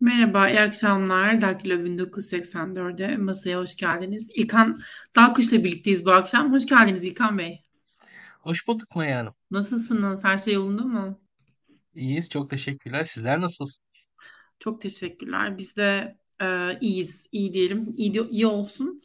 Merhaba, iyi akşamlar. Daktilo 1984'e masaya hoş geldiniz. İlkan Dalkuş'la birlikteyiz bu akşam. Hoş geldiniz İlkan Bey. Hoş bulduk Maya Hanım. Nasılsınız? Her şey yolunda mı? İyiyiz, çok teşekkürler. Sizler nasılsınız? Çok teşekkürler. Biz de iyiyiz. İyi diyelim. İyi olsun.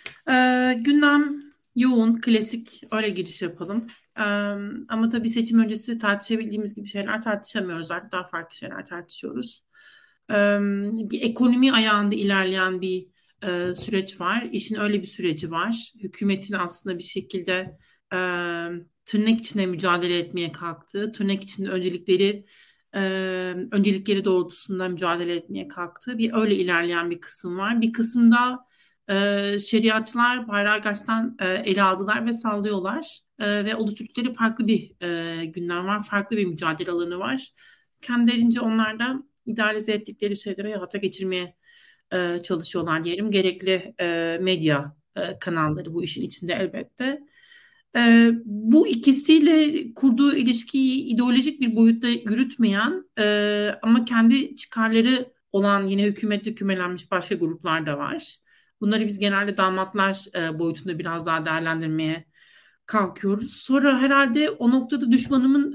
Gündem yoğun, klasik. Öyle giriş yapalım. E, Ama tabii seçim öncesi tartışabildiğimiz gibi şeyler tartışamıyoruz. Artık daha farklı şeyler tartışıyoruz. E, Bir ekonomi ayağında ilerleyen bir süreç var. İşin öyle bir süreci var. Hükümetin aslında bir şekilde e, tırnak içinde mücadele etmeye kalktığı, tırnak içinde e, öncelikleri doğrultusunda mücadele etmeye kalktığı bir öyle ilerleyen bir kısım var. Bir kısımda şeriatçılar bayrağı gerçekten ele aldılar ve sallıyorlar. Ve oluşturdukları farklı bir gündem var, farklı bir mücadele alanı var. Kendilerince onlar da idealize ettikleri şeyleri hayata geçirmeye çalışıyorlar diyelim. Gerekli medya kanalları bu işin içinde elbette. Bu ikisiyle kurduğu ilişkiyi ideolojik bir boyutta yürütmeyen ama kendi çıkarları olan yine hükümette kümelenmiş başka gruplar da var. Bunları biz genelde damatlar boyutunda biraz daha değerlendirmeye kalkıyoruz. Sonra herhalde o noktada düşmanımın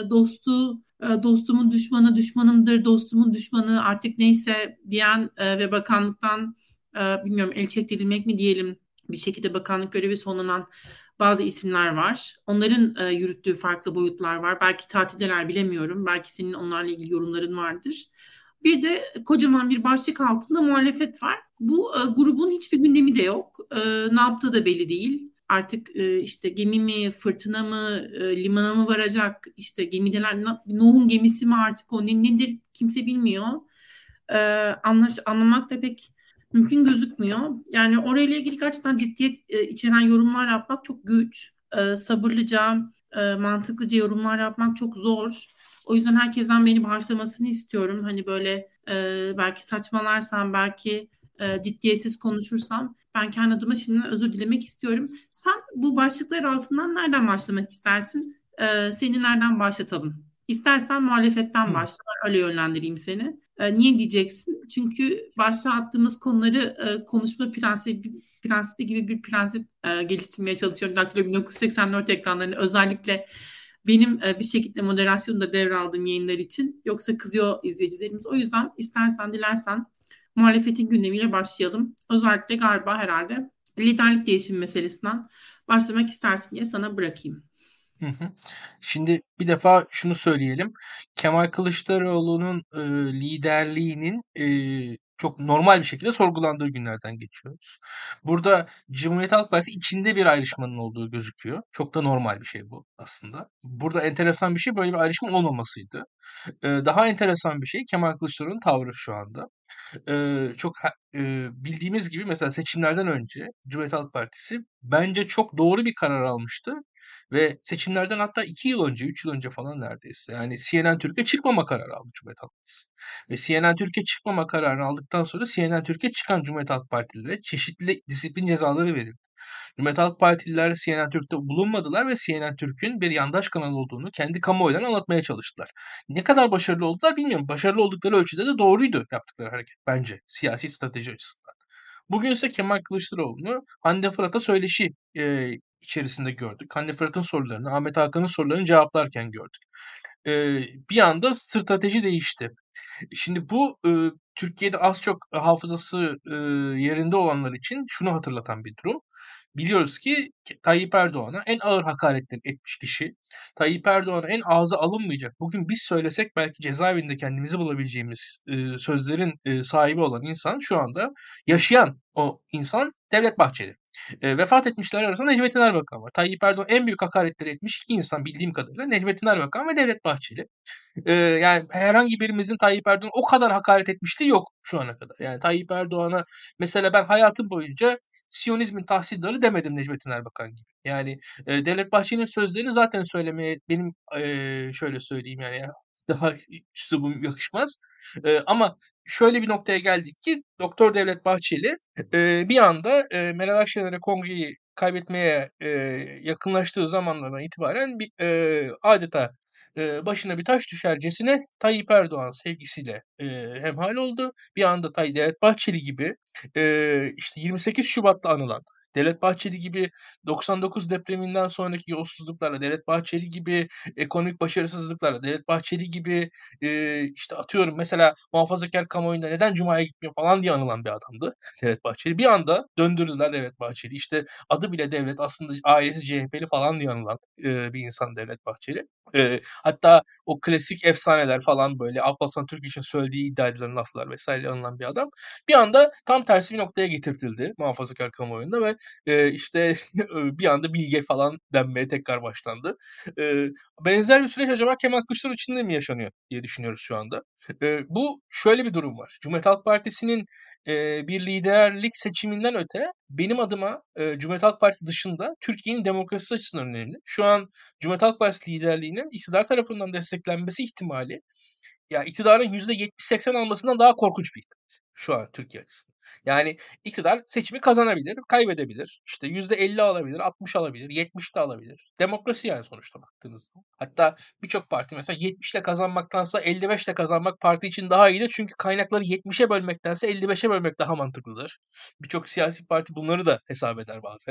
dostu, dostumun düşmanı, düşmanımdır, dostumun düşmanı artık neyse diyen ve bakanlıktan bilmiyorum el çektirilmek mi diyelim bir şekilde bakanlık görevi sonlanan bazı isimler var. Onların yürüttüğü farklı boyutlar var. Belki tatildeler bilemiyorum. Belki senin onlarla ilgili yorumların vardır. Bir de kocaman bir başlık altında muhalefet var. Bu grubun hiçbir gündemi de yok. Ne yaptığı da belli değil. Artık işte gemi mi, fırtına mı, limana mı varacak? İşte gemideler, Nuh'un gemisi mi artık o nedir kimse bilmiyor. E, Anlamak da pek mümkün gözükmüyor. Yani orayla ilgili gerçekten ciddiyet içeren yorumlar yapmak çok güç. Sabırlıca, mantıklıca yorumlar yapmak çok zor. O yüzden herkesten beni bağışlamasını istiyorum. Hani böyle belki saçmalarsam, belki ciddiyetsiz konuşursam ben kendi adıma şimdiden özür dilemek istiyorum. Sen bu başlıklar altından nereden başlamak istersin? Seni nereden başlatalım? İstersen muhalefetten Hı. başla. Ben öyle yönlendireyim seni. Niye diyeceksin? Çünkü başta attığımız konuları konuşma prensibi gibi bir prensip geliştirmeye çalışıyorum. Daktilo 1984 ekranlarını özellikle benim bir şekilde moderasyonu da devraldığım yayınlar için. Yoksa kızıyor izleyicilerimiz. O yüzden istersen dilersen muhalefetin gündemiyle başlayalım. Özellikle galiba herhalde liderlik değişimi meselesinden başlamak istersin diye sana bırakayım. Hı hı. Şimdi bir defa şunu söyleyelim. Kemal Kılıçdaroğlu'nun liderliğinin çok normal bir şekilde sorgulandığı günlerden geçiyoruz. Burada Cumhuriyet Halk Partisi içinde bir ayrışmanın olduğu gözüküyor. Çok da normal bir şey bu aslında. Burada enteresan bir şey böyle bir ayrışma olmamasıydı. Daha enteresan bir şey Kemal Kılıçdaroğlu'nun tavrı şu anda. Bildiğimiz gibi mesela seçimlerden önce Cumhuriyet Halk Partisi bence çok doğru bir karar almıştı ve seçimlerden hatta 2 yıl önce, 3 yıl önce falan neredeyse yani CNN Türkiye çıkmama kararı aldı Cumhuriyet Halk Partisi. Ve CNN Türkiye çıkmama kararını aldıktan sonra CNN Türkiye çıkan Cumhuriyet Halk Partililere çeşitli disiplin cezaları verildi. Cumhuriyet Halk Partililer CNN Türk'te bulunmadılar ve CNN Türk'ün bir yandaş kanal olduğunu kendi kamuoylarına anlatmaya çalıştılar. Ne kadar başarılı oldular bilmiyorum. Başarılı oldukları ölçüde de doğruydu yaptıkları hareket bence siyasi strateji açısından. Bugün ise Kemal Kılıçdaroğlu'nu Hande Fırat'a söyleşi içerisinde gördük. Hande Fırat'ın sorularını, Ahmet Hakan'ın sorularını cevaplarken gördük. Bir anda strateji değişti. Şimdi bu Türkiye'de az çok hafızası yerinde olanlar için şunu hatırlatan bir durum. Biliyoruz ki Tayyip Erdoğan'a en ağır hakaretler etmiş kişi, Tayyip Erdoğan'a en ağza alınmayacak, bugün biz söylesek belki cezaevinde kendimizi bulabileceğimiz sözlerin sahibi olan insan şu anda yaşayan o insan Devlet Bahçeli. Vefat etmişler arasında Necmettin Erbakan var. Tayyip Erdoğan en büyük hakaretleri etmiş iki insan bildiğim kadarıyla Necmettin Erbakan ve Devlet Bahçeli. Yani herhangi birimizin Tayyip Erdoğan'a o kadar hakaret etmişliği yok şu ana kadar. Yani Tayyip Erdoğan'a mesela ben hayatım boyunca Siyonizmin tahsildarı demedim Necmettin Erbakan gibi. Yani Devlet Bahçeli'nin sözlerini zaten söylemeye benim şöyle söyleyeyim yani daha üslubum yakışmaz. Ama şöyle bir noktaya geldik ki Doktor Devlet Bahçeli bir anda Meral Akşener'e kongreyi kaybetmeye yakınlaştığı zamanlardan itibaren bir adeta başına bir taş düşercesine Tayyip Erdoğan sevgisiyle hemhal oldu. Bir anda Devlet Bahçeli gibi işte 28 Şubat'ta anılan, Devlet Bahçeli gibi 99 depreminden sonraki yolsuzluklarla, Devlet Bahçeli gibi ekonomik başarısızlıklarla, Devlet Bahçeli gibi işte atıyorum mesela muhafazakar kamuoyunda neden Cuma'ya gitmiyor falan diye anılan bir adamdı Devlet Bahçeli. Bir anda döndürdüler Devlet Bahçeli. İşte adı bile Devlet, aslında ailesi CHP'li falan diye anılan bir insan Devlet Bahçeli. Hatta o klasik efsaneler falan, böyle Alparslan Türkeş'in söylediği iddia edilen laflar vesaire anılan bir adam. Bir anda tam tersi bir noktaya getirtildi muhafazakar kamuoyunda ve işte bir anda bilge falan denmeye tekrar başlandı. Eee, Benzer bir süreç acaba Kemal Kılıçdaroğlu için de mi yaşanıyor diye düşünüyoruz şu anda. Bu şöyle bir durum var. Cumhuriyet Halk Partisi'nin bir liderlik seçiminden öte benim adıma Cumhuriyet Halk Partisi dışında Türkiye'nin demokrasisi açısından önemli. Şu an Cumhuriyet Halk Partisi liderliğinin iktidar tarafından desteklenmesi ihtimali, ya iktidarın %70-80 almasından daha korkunç bir ihtimal şu an Türkiye açısından. Yani iktidar seçimi kazanabilir, kaybedebilir. İşte %50 alabilir, 60 alabilir, 70 de alabilir. Demokrasi yani sonuçta baktığınız zaman. Hatta birçok parti mesela 70 ile kazanmaktansa 55 ile kazanmak parti için daha iyidir. Çünkü kaynakları 70'e bölmektense 55'e bölmek daha mantıklıdır. Birçok siyasi parti bunları da hesap eder bazen.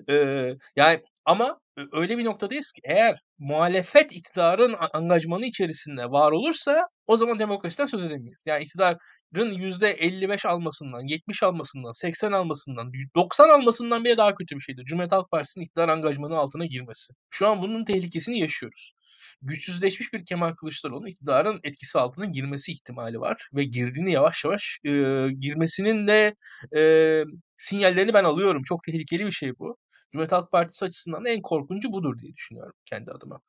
Yani ama öyle bir noktadayız ki eğer muhalefet iktidarın angajmanı içerisinde var olursa o zaman demokrasiden söz edemeyiz. Yani iktidarın %55 almasından, 70 almasından, 80 almasından, 90 almasından bile daha kötü bir şeydir. Cumhuriyet Halk Partisi'nin iktidar angajmanı altına girmesi. Şu an bunun tehlikesini yaşıyoruz. Güçsüzleşmiş bir Kemal Kılıçdaroğlu'nun iktidarın etkisi altına girmesi ihtimali var ve girdiğini yavaş yavaş girmesinin de sinyallerini ben alıyorum. Çok tehlikeli bir şey bu. Cumhuriyet Halk Partisi açısından en korkuncu budur diye düşünüyorum kendi adıma.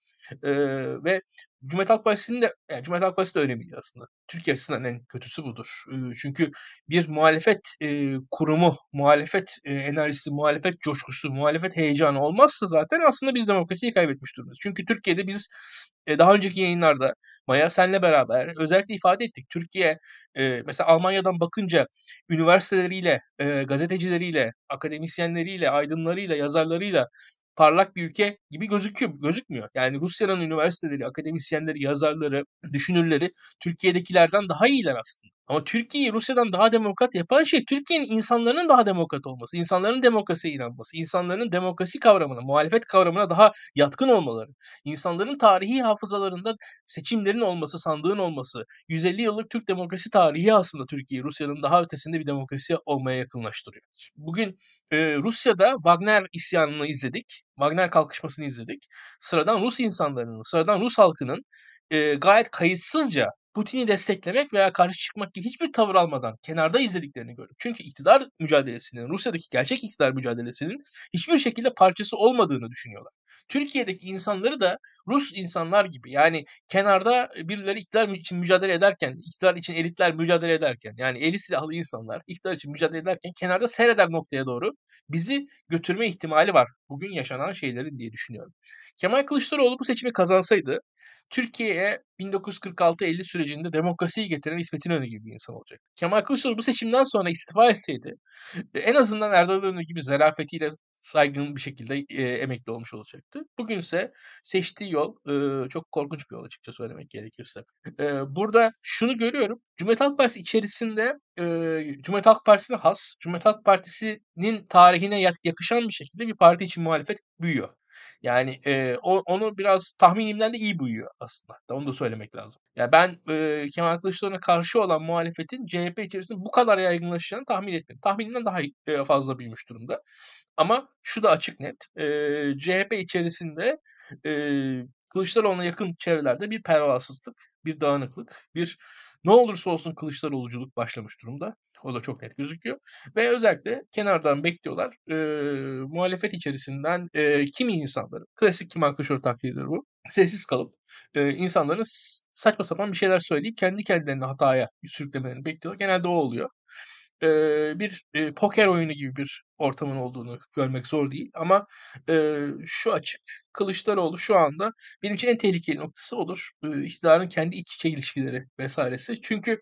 Ve Cumhuriyet Halk Partisi'nin de, yani Cumhuriyet Halk Partisi de önemli değil aslında. Türkiye açısından en kötüsü budur. Çünkü bir muhalefet kurumu, muhalefet enerjisi, muhalefet coşkusu, muhalefet heyecanı olmazsa zaten aslında biz demokrasiyi kaybetmiş durumdayız. Çünkü Türkiye'de biz daha önceki yayınlarda Maya senle beraber özellikle ifade ettik. Türkiye mesela Almanya'dan bakınca üniversiteleriyle, gazetecileriyle, akademisyenleriyle, aydınlarıyla, yazarlarıyla parlak bir ülke gibi gözükmüyor. Yani Rusya'nın üniversiteleri, akademisyenleri, yazarları, düşünürleri Türkiye'dekilerden daha iyiler aslında. Ama Türkiye'yi Rusya'dan daha demokrat yapan şey Türkiye'nin insanların daha demokrat olması, insanların demokrasiye inanması, insanların demokrasi kavramına, muhalefet kavramına daha yatkın olmaları, insanların tarihi hafızalarında seçimlerin olması, sandığın olması, 150 yıllık Türk demokrasi tarihi aslında Türkiye'yi Rusya'nın daha ötesinde bir demokrasi olmaya yakınlaştırıyor. Bugün Rusya'da Wagner isyanını izledik. Wagner kalkışmasını izledik. Sıradan Rus insanlarının, sıradan Rus halkının gayet kayıtsızca Putin'i desteklemek veya karşı çıkmak gibi hiçbir tavır almadan kenarda izlediklerini gördük. Çünkü iktidar mücadelesinin, Rusya'daki gerçek iktidar mücadelesinin hiçbir şekilde parçası olmadığını düşünüyorlar. Türkiye'deki insanları da Rus insanlar gibi, yani kenarda birileri iktidar için mücadele ederken, iktidar için elitler mücadele ederken, yani eli silahlı insanlar iktidar için mücadele ederken kenarda seyreder noktaya doğru bizi götürme ihtimali var bugün yaşanan şeylerin diye düşünüyorum. Kemal Kılıçdaroğlu bu seçimi kazansaydı Türkiye'ye 1946-50 sürecinde demokrasiyi getiren İsmet İnönü gibi bir insan olacak. Kemal Kılıçdaroğlu bu seçimden sonra istifa etseydi en azından Erdal İnönü gibi zarafetiyle saygın bir şekilde emekli olmuş olacaktı. Bugünse seçtiği yol çok korkunç bir yol açıkça söylemek gerekirse. Burada şunu görüyorum. Cumhuriyet Halk Partisi içerisinde Cumhuriyet Halk Partisi'ne has, Cumhuriyet Halk Partisi'nin tarihine yakışan bir şekilde bir parti için muhalefet büyüyor. Yani onu biraz tahminimden de iyi büyüyor aslında. Onu da söylemek lazım. Ya ben Kemal Kılıçdaroğlu'na karşı olan muhalefetin CHP içerisinde bu kadar yaygınlaşacağını tahmin etmedim. Tahminimden daha fazla büyümüş durumda. Ama şu da açık net. CHP içerisinde Kılıçdaroğlu'na yakın çevrelerde bir pervasızlık, bir dağınıklık, bir ne olursa olsun Kılıçdaroğluculuk başlamış durumda. O da çok net gözüküyor. Ve özellikle kenardan bekliyorlar. Muhalefet içerisinden kimi insanların, klasik Kemal Kılıçdaroğlu taklididir bu, sessiz kalıp insanların saçma sapan bir şeyler söyleyip kendi kendilerini hataya sürüklemelerini bekliyorlar. Genelde o oluyor. Bir poker oyunu gibi bir ortamın olduğunu görmek zor değil. Ama şu açık, Kılıçdaroğlu şu anda benim için en tehlikeli noktası odur. İktidarın kendi iç içe ilişkileri vesairesi. Çünkü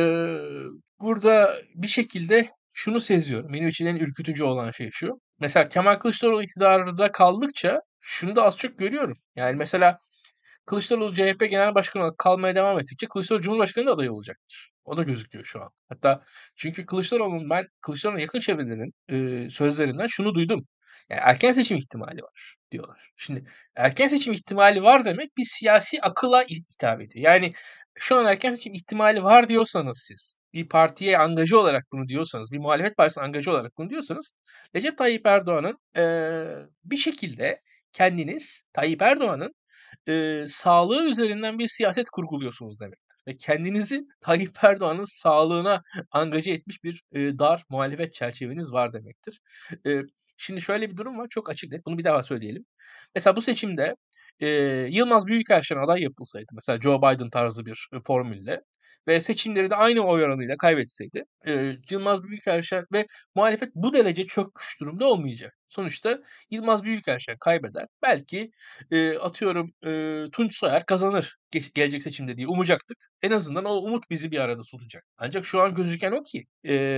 burada bir şekilde şunu seziyorum. Benim için en ürkütücü olan şey şu. Mesela Kemal Kılıçdaroğlu iktidarda kaldıkça şunu da az çok görüyorum. Yani mesela Kılıçdaroğlu CHP Genel Başkanı olarak kalmaya devam ettikçe Kılıçdaroğlu Cumhurbaşkanı da adayı olacaktır. O da gözüküyor şu an. Hatta çünkü ben Kılıçdaroğlu'nun yakın çevrelerinin sözlerinden şunu duydum. Yani erken seçim ihtimali var diyorlar. Şimdi erken seçim ihtimali var demek bir siyasi akıla hitap ediyor. Yani şu an erken seçim ihtimali var diyorsanız siz, bir partiye angaja olarak bunu diyorsanız, bir muhalefet partisine angaja olarak bunu diyorsanız, Recep Tayyip Erdoğan'ın bir şekilde kendiniz Tayyip Erdoğan'ın sağlığı üzerinden bir siyaset kurguluyorsunuz demektir. Ve kendinizi Tayyip Erdoğan'ın sağlığına angaje etmiş bir dar muhalefet çerçeveniz var demektir. Eee, Şimdi şöyle bir durum var, çok açık net. Bunu bir daha söyleyelim. Mesela bu seçimde Yılmaz Büyükelçin aday yapılsaydı, mesela Joe Biden tarzı bir formülle ve seçimleri de aynı oy oranıyla kaybetseydi, Yılmaz Büyükelçin ve muhalefet bu derece çökmüş durumda olmayacak. Sonuçta Yılmaz Büyükelçin kaybeder. Belki atıyorum Tunç Soyer kazanır gelecek seçimde diye umacaktık. En azından o umut bizi bir arada tutacak. Ancak şu an gözüken o ki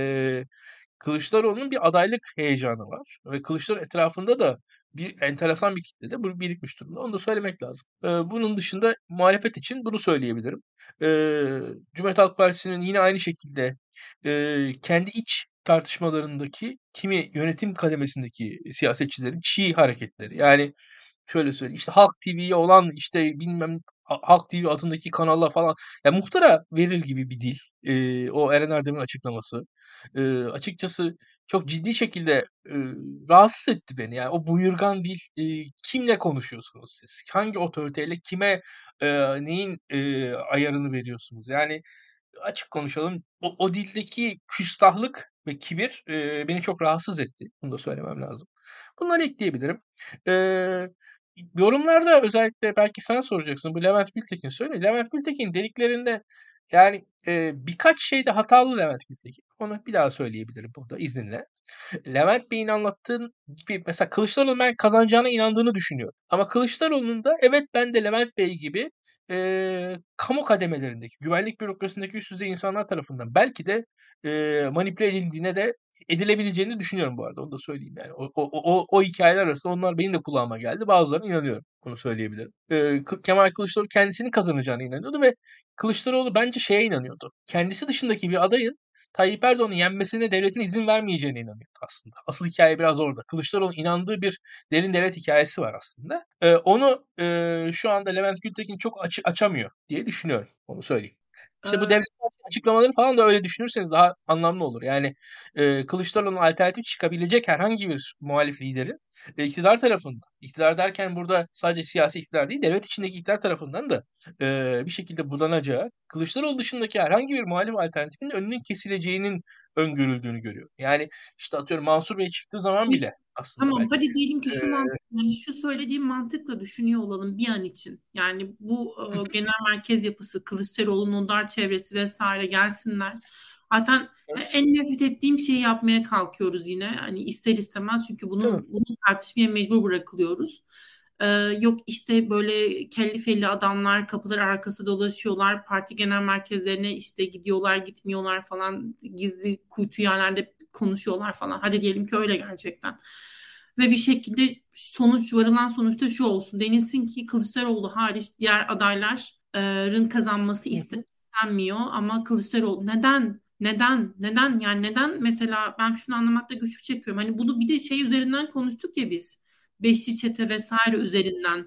Kılıçdaroğlu'nun bir adaylık heyecanı var ve Kılıçdaroğlu etrafında da bir enteresan bir kitle de bu birikmiş durumda. Onu da söylemek lazım. Bunun dışında muhalefet için bunu söyleyebilirim. Cumhuriyet Halk Partisi'nin yine aynı şekilde kendi iç tartışmalarındaki kimi yönetim kademesindeki siyasetçilerin çiğ hareketleri. Yani şöyle söyleyeyim, işte Halk TV'ye olan işte bilmem Halk TV adındaki kanalla falan ya muhtara verir gibi bir dil. O Eren Erdem'in açıklaması. Açıkçası çok ciddi şekilde rahatsız etti beni. Yani o buyurgan dil, kimle konuşuyorsunuz siz? Hangi otoriteyle kime neyin ayarını veriyorsunuz? Yani açık konuşalım. O dildeki küstahlık ve kibir beni çok rahatsız etti. Bunu da söylemem lazım. Bunları ekleyebilirim. Eee, Yorumlarda özellikle belki sana soracaksın. Bu Levent Gültekin söyle. Levent Gültekin dediklerinde yani birkaç şeyde hatalı Levent Gültekin. Onu bir daha söyleyebilirim burada izninle. Levent Bey'in anlattığı gibi mesela Kılıçdaroğlu'nun ben kazanacağına inandığını düşünüyorum. Ama Kılıçdaroğlu'nun da evet ben de Levent Bey gibi kamu kademelerindeki, güvenlik bürokrasisindeki üst düzey insanlar tarafından belki de manipüle edildiğine de edilebileceğini düşünüyorum bu arada. Onu da söyleyeyim yani. O hikayeler arasında onlar benim de kulağıma geldi. Bazılarına inanıyorum. Onu söyleyebilirim. Kemal Kılıçdaroğlu kendisinin kazanacağına inanıyordu ve Kılıçdaroğlu bence şeye inanıyordu. Kendisi dışındaki bir adayın Tayyip Erdoğan'ın yenmesine devletin izin vermeyeceğine inanıyordu aslında. Asıl hikaye biraz orada. Kılıçdaroğlu'nun inandığı bir derin devlet hikayesi var aslında. Onu şu anda Levent Gültekin çok açamıyor diye düşünüyorum. Onu söyleyeyim. İşte bu devlet açıklamaları falan da öyle düşünürseniz daha anlamlı olur. Yani Kılıçdaroğlu'nun alternatif çıkabilecek herhangi bir muhalif liderin iktidar tarafından, iktidar derken burada sadece siyasi iktidar değil, devlet içindeki iktidar tarafından da bir şekilde budanacağı, Kılıçdaroğlu dışındaki herhangi bir muhalif alternatifin önünün kesileceğinin öngörüldüğünü görüyor. Yani işte atıyorum Mansur Bey çıktığı zaman bile aslında Tamam, belki. hadi diyelim ki şu Eee, mantık, yani şu söylediğim mantıkla düşünüyor olalım bir an için. Yani bu genel merkez yapısı, Kılıçdaroğlu'nun dar çevresi vesaire gelsinler. Zaten evet, en nefret ettiğim şeyi yapmaya kalkıyoruz yine. Hani ister istemez, çünkü tabii, bunu tartışmaya mecbur bırakılıyoruz. E, Yok işte böyle kelli felli adamlar kapılar arkası dolaşıyorlar. Parti genel merkezlerine işte gidiyorlar, gitmiyorlar falan. Gizli kuytu yerlerde konuşuyorlar falan. Hadi diyelim ki öyle gerçekten. Ve bir şekilde varılan sonuçta şu olsun. Denilsin ki Kılıçdaroğlu hariç diğer adayların kazanması hı hı, istenmiyor ama Kılıçdaroğlu neden? Neden? Neden? Yani neden, mesela ben şunu anlamakta güçlük çekiyorum. Hani bunu bir de şey üzerinden konuştuk ya biz. Beşli çete vesaire üzerinden.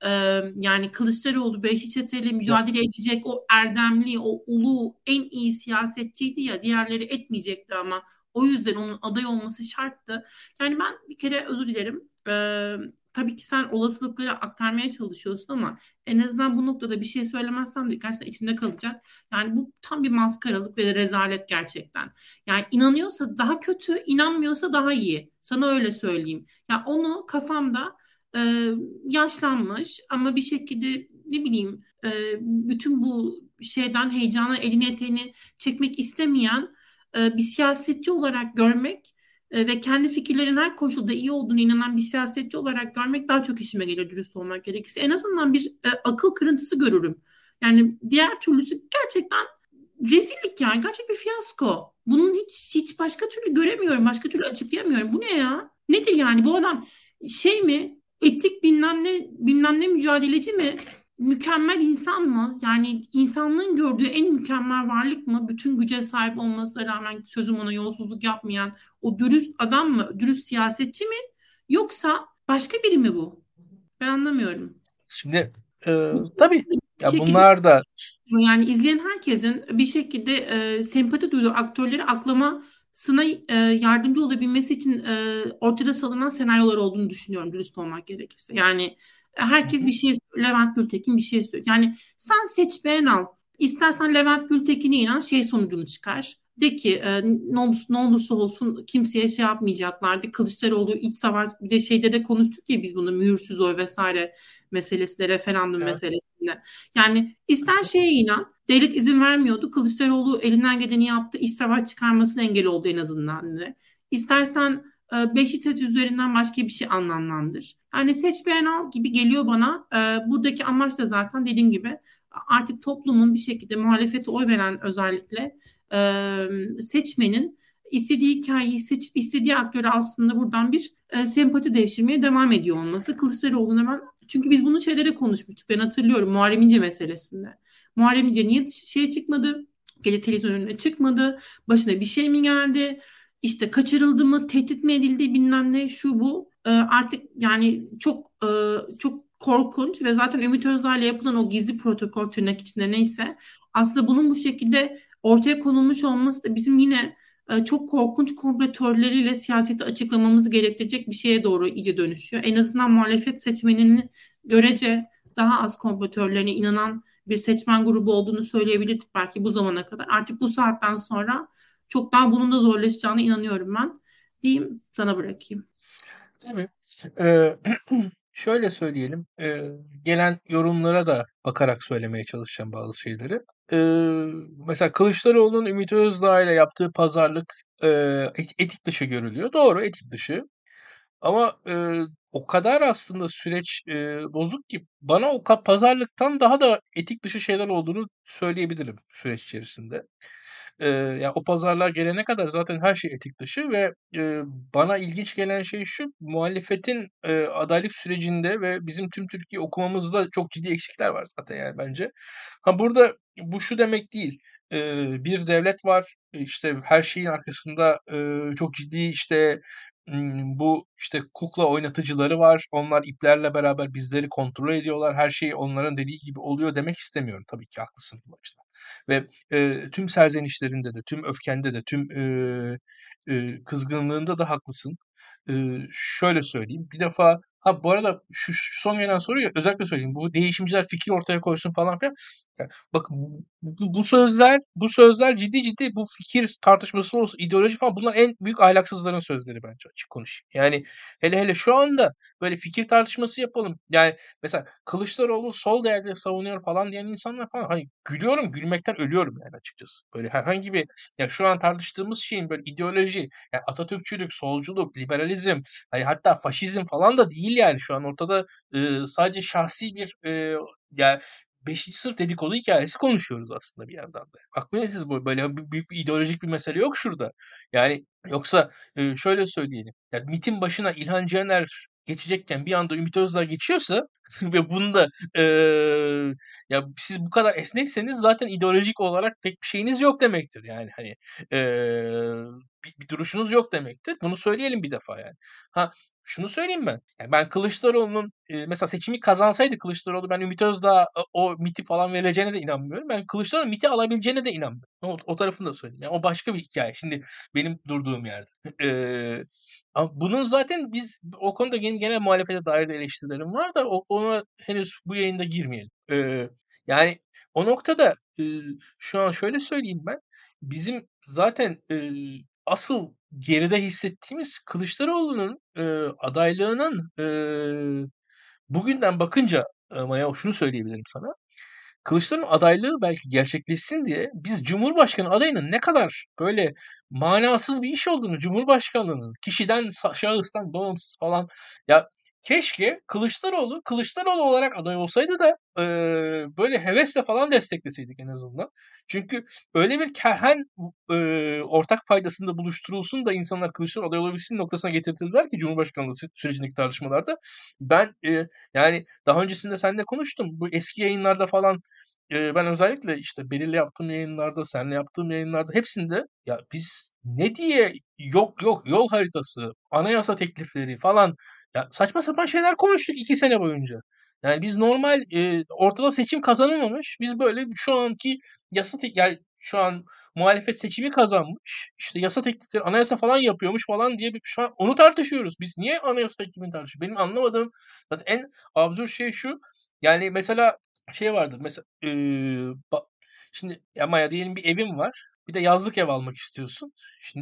Yani Kılıçdaroğlu Beşli çeteyle ya, mücadele edecek o erdemli, o ulu, en iyi siyasetçiydi ya. Diğerleri etmeyecekti ama o yüzden onun aday olması şarttı. Yani ben bir kere özür dilerim. Tabii ki sen olasılıkları aktarmaya çalışıyorsun ama en azından bu noktada bir şey söylemezsem de gerçekten içinde kalacak. Yani bu tam bir maskaralık ve rezalet gerçekten. Yani inanıyorsa daha kötü, inanmıyorsa daha iyi. Sana öyle söyleyeyim. Ya onu kafamda e, yaşlanmış ama bir şekilde ne bileyim bütün bu şeyden heyecana elini eteğini çekmek istemeyen bir siyasetçi olarak görmek ve kendi fikirlerin her koşulda iyi olduğunu inanan bir siyasetçi olarak görmek daha çok işime gelir, dürüst olmak gerekirse. En azından bir akıl kırıntısı görürüm. Yani diğer türlüsü gerçekten rezillik yani. Gerçek bir fiyasko. Bunun hiç başka türlü göremiyorum. Başka türlü açıklayamıyorum. Bu ne ya? Nedir yani bu adam, şey mi? Etik bilmem ne bilmem ne mücadeleci mi? mükemmel insan mı? Yani insanlığın gördüğü en mükemmel varlık mı? Bütün güce sahip olmasına rağmen sözüm ona yolsuzluk yapmayan o dürüst adam mı? Dürüst siyasetçi mi? Yoksa başka biri mi bu? Ben anlamıyorum. Şimdi Bütün tabii bir ya şekilde, bunlar da yani izleyen herkesin bir şekilde sempati duyduğu aktörleri aklamasına yardımcı olabilmesi için ortada salınan senaryolar olduğunu düşünüyorum, dürüst olmak gerekirse. Yani Hı herkes bir hı, şey söylüyor. Levent Gültekin bir şey söylüyor. Yani sen seç beğen al. İstersen Levent Gültekin'e inan, şey sonucunu çıkar. De ki ne olursa olsun kimseye şey yapmayacaklardı. Kılıçdaroğlu iç savaş, bir de şeyde de konuştuk ya biz bunu, mühürsüz oy vesaire meselesinde, referandum evet, meselesinde. Yani hı ister hı, şeye inan, devlet izin vermiyordu. Kılıçdaroğlu elinden geleni yaptı. İç savaş çıkarmasına engel oldu en azından de. İstersen Beşiktaş üzerinden başka bir şey anlamlandır. Yani seç beğen al gibi geliyor bana. Buradaki amaç da zaten dediğim gibi artık toplumun bir şekilde muhalefete oy veren özellikle seçmenin istediği hikayeyi seçip istediği aktöre aslında buradan bir sempati devşirmeye devam ediyor olması. Kılıçdaroğlu'na ben, çünkü biz bunu şeylere konuşmuştuk. Ben hatırlıyorum Muharrem İnce meselesinde. Muharrem İnce niye şeye çıkmadı? Gece televizyon önüne çıkmadı. Başına bir şey mi geldi? İşte kaçırıldı mı? Tehdit mi edildi? Bilmem ne şu bu. Artık yani çok korkunç ve zaten Ümit Özdağ'la yapılan o gizli protokol, tırnak içinde neyse, aslında bunun bu şekilde ortaya konulmuş olması da bizim yine çok korkunç komplo teorileriyle siyaseti açıklamamızı gerektirecek bir şeye doğru iyice dönüşüyor. En azından muhalefet seçmeninin görece daha az komplo teorilerine inanan bir seçmen grubu olduğunu söyleyebilirdik belki bu zamana kadar. Artık bu saatten sonra çok daha bunun da zorlaşacağına inanıyorum ben. Diyeyim, sana bırakayım. tabii. Şöyle söyleyelim, gelen yorumlara da bakarak söylemeye çalışacağım bazı şeyleri. Mesela Kılıçdaroğlu'nun Ümit Özdağ ile yaptığı pazarlık etik dışı görülüyor. Doğru, etik dışı. Ama o kadar aslında süreç bozuk ki bana o pazarlıktan daha da etik dışı şeyler olduğunu söyleyebilirim süreç içerisinde. Ya o pazarlığa gelene kadar zaten her şey etik dışı ve bana ilginç gelen şey şu, muhalefetin adaylık sürecinde ve bizim tüm Türkiye okumamızda çok ciddi eksikler var zaten yani bence. Ha burada bu şu demek değil. Bir devlet var, işte her şeyin arkasında çok ciddi işte bu işte kukla oynatıcıları var. Onlar iplerle beraber bizleri kontrol ediyorlar. Her şey onların dediği gibi oluyor demek istemiyorum. Tabii ki haklısın bu açıdan. Ve tüm serzenişlerinde de, tüm öfkende de, tüm kızgınlığında da haklısın. Şöyle söyleyeyim. Bir defa ha bu arada şu son gelen soruyu özellikle söyleyeyim. Bu değişimciler fikir ortaya koysun falan filan. Ya, bakın bu sözler ciddi ciddi bu fikir tartışması olsun, ideoloji falan bunlar en büyük ahlaksızların sözleri bence açık konuşayım. Yani hele hele şu anda böyle fikir tartışması yapalım. Yani mesela Kılıçdaroğlu sol değerleri savunuyor falan diyen insanlar falan hani gülüyorum, gülmekten ölüyorum yani açıkçası. Böyle herhangi bir ya şu an tartıştığımız şeyin böyle ideoloji, ya Atatürkçülük, solculuk, liberalizm, hani hatta faşizm falan da değil yani şu an ortada sadece şahsi bir ya beşinci sınıf dedikodu hikayesi konuşuyoruz aslında bir yandan da. Bakmayın siz böyle büyük bir ideolojik bir mesele yok şurada. Yani yoksa şöyle söyleyelim. Ya MİT'in başına İlhan Caner geçecekken bir anda Ümit Özdağ geçiyorsa ve bunda ya siz bu kadar esnekseniz zaten ideolojik olarak pek bir şeyiniz yok demektir. Yani hani eee, bir duruşunuz yok demektir. Bunu söyleyelim bir defa yani. Ha şunu söyleyeyim ben. Yani ben Kılıçdaroğlu'nun mesela seçimi kazansaydı Kılıçdaroğlu ben Ümit Özdağ o MİT'i falan vereceğine de inanmıyorum. Ben Kılıçdaroğlu'nun MİT'i alabileceğine de inanmıyorum. O tarafını da söyleyeyim. Yani o başka bir hikaye. Şimdi benim durduğum yerde. Eee, ama bunun zaten biz o konuda gene muhalefete dair de eleştirilerim var da ona henüz bu yayında girmeyelim. Yani o noktada şu an şöyle söyleyeyim ben. Bizim zaten asıl geride hissettiğimiz Kılıçdaroğlu'nun adaylığının bugünden bakınca Maya şunu söyleyebilirim sana. Kılıçdaroğlu'nun adaylığı belki gerçekleşsin diye biz Cumhurbaşkanı adayının ne kadar böyle manasız bir iş olduğunu, Cumhurbaşkanlığının kişiden, şahıstan bağımsız falan ya Keşke Kılıçdaroğlu olarak aday olsaydı da böyle hevesle falan destekleseydik en azından. Çünkü öyle bir kerhen ortak paydasında buluşturulsun da insanlar Kılıçdaroğlu aday olabilsin noktasına getirdiler ki Cumhurbaşkanlığı sürecindeki tartışmalarda. Ben yani daha öncesinde seninle konuştum. Bu eski yayınlarda falan ben özellikle işte belirli yaptığım yayınlarda, seninle yaptığım yayınlarda hepsinde ya biz ne diye yok yol haritası, anayasa teklifleri falan ya saçma sapan şeyler konuştuk 2 sene boyunca. Yani biz normal ortada seçim kazanılmamış. Biz böyle şu anki yani şu an muhalefet seçimi kazanmış. İşte yasa teklifleri, anayasa falan yapıyormuş falan diye şu an onu tartışıyoruz. Biz niye anayasa teklifini tartışıyoruz? Benim anlamadığım zaten en absürt şey şu. Yani mesela şey vardır. Mesela şimdi ya Maya diyelim bir evin var. Bir de yazlık ev almak istiyorsun.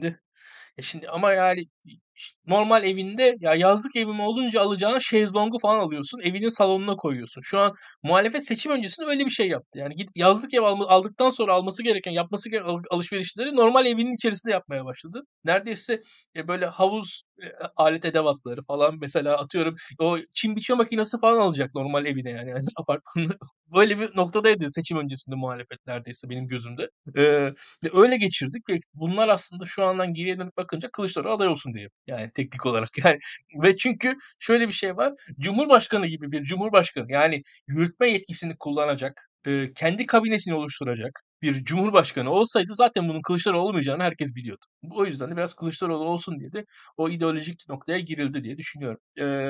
Şimdi ama yani normal evinde ya yazlık evim olunca alacağın şezlongu falan alıyorsun. Evinin salonuna koyuyorsun. Şu an muhalefet seçim öncesinde öyle bir şey yaptı. Yani gidip yazlık ev aldıktan sonra alması gereken, yapması gereken alışverişleri normal evinin içerisinde yapmaya başladı. Neredeyse böyle havuz alet edevatları falan mesela atıyorum o çim biçme makinesi falan alacak normal evine yani apartmanı. Böyle bir noktadaydı seçim öncesinde muhalefet neredeyse benim gözümde. Ve öyle geçirdik ve bunlar aslında şu andan geriye dönüp bakınca Kılıçdaroğlu aday olsun diye. Yani teknik olarak yani ve çünkü şöyle bir şey var. Cumhurbaşkanı gibi bir cumhurbaşkanı yani yürütme yetkisini kullanacak, kendi kabinesini oluşturacak bir cumhurbaşkanı olsaydı zaten bunun Kılıçdaroğlu olmayacağını herkes biliyordu. O yüzden de biraz Kılıçdaroğlu olsun diye de o ideolojik noktaya girildi diye düşünüyorum.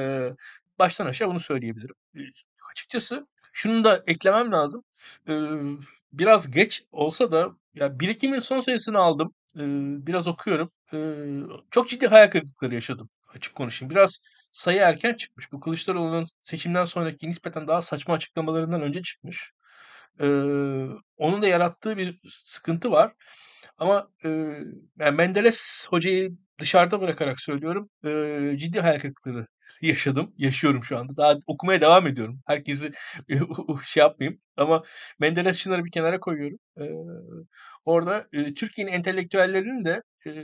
Baştan aşağı bunu söyleyebilirim. Açıkçası şunu da eklemem lazım. Ee, Biraz geç olsa da ya birikimin son sayısını aldım. Biraz okuyorum. Çok ciddi hayal kırıklıkları yaşadım. Açık konuşayım. Biraz sayı erken çıkmış. Bu Kılıçdaroğlu'nun seçimden sonraki nispeten daha saçma açıklamalarından önce çıkmış. Ee, Onun da yarattığı bir sıkıntı var. Ama yani Menderes hocayı dışarıda bırakarak söylüyorum. Ciddi hayal kırıklığı yaşadım. Yaşıyorum şu anda. Daha okumaya devam ediyorum. Herkesi şey yapmayayım. Ama Menderes Çınar'ı bir kenara koyuyorum. Orada Türkiye'nin entelektüellerinin de